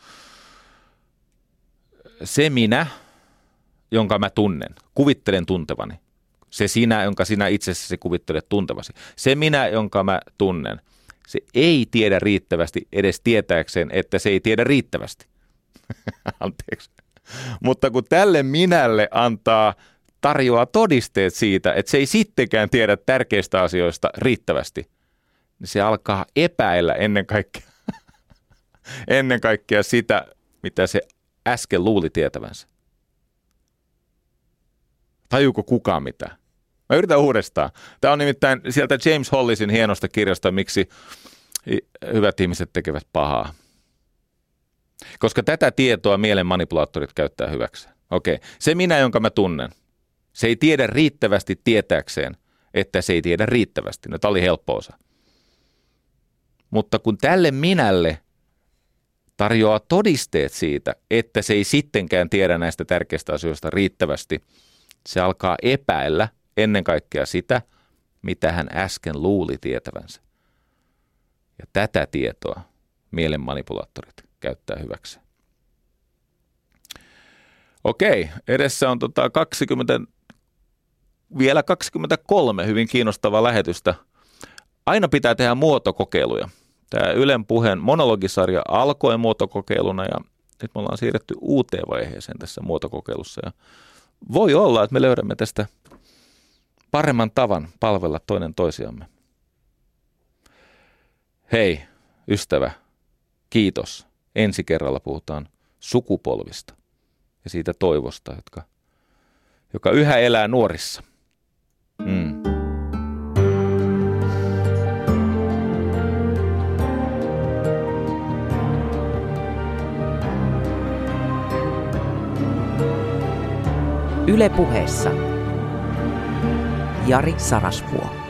Se minä, jonka mä tunnen, kuvittelen tuntevani. Se sinä, jonka sinä itsessäsi kuvittelet tuntevasi. Se minä, jonka mä tunnen. Se ei tiedä riittävästi edes tietääkseen, että se ei tiedä riittävästi. Anteeksi. Mutta kun tälle minälle tarjoaa todisteet siitä, että se ei sittenkään tiedä tärkeistä asioista riittävästi, niin se alkaa epäillä ennen kaikkea sitä, mitä se äsken luuli tietävänsä. Tajuuko kukaan mitään? Mä yritän uudestaan. Tämä on nimittäin sieltä James Hollisin hienosta kirjasta, miksi hyvät ihmiset tekevät pahaa. Koska tätä tietoa mielen manipulaattorit käyttää hyväksi. Okei. Se minä, jonka mä tunnen, se ei tiedä riittävästi tietääkseen, että se ei tiedä riittävästi. No, tämä oli helppo osa. Mutta kun tälle minälle tarjoaa todisteet siitä, että se ei sittenkään tiedä näistä tärkeistä asioista riittävästi, se alkaa epäillä ennen kaikkea sitä, mitä hän äsken luuli tietävänsä. Ja tätä tietoa mielen manipulaattorit käyttää hyväksi. Okei, edessä on 23 hyvin kiinnostavaa lähetystä. Aina pitää tehdä muotokokeiluja. Tämä Ylen Puheen monologisarja alkoi muotokokeiluna ja nyt me ollaan siirretty uuteen vaiheeseen tässä muotokokeilussa. Ja voi olla, että me löydämme tästä paremman tavan palvella toinen toisiamme. Hei, ystävä, kiitos. Ensi kerralla puhutaan sukupolvista ja siitä toivosta, joka yhä elää nuorissa. Yle Puheessa Jari Sarasvuo.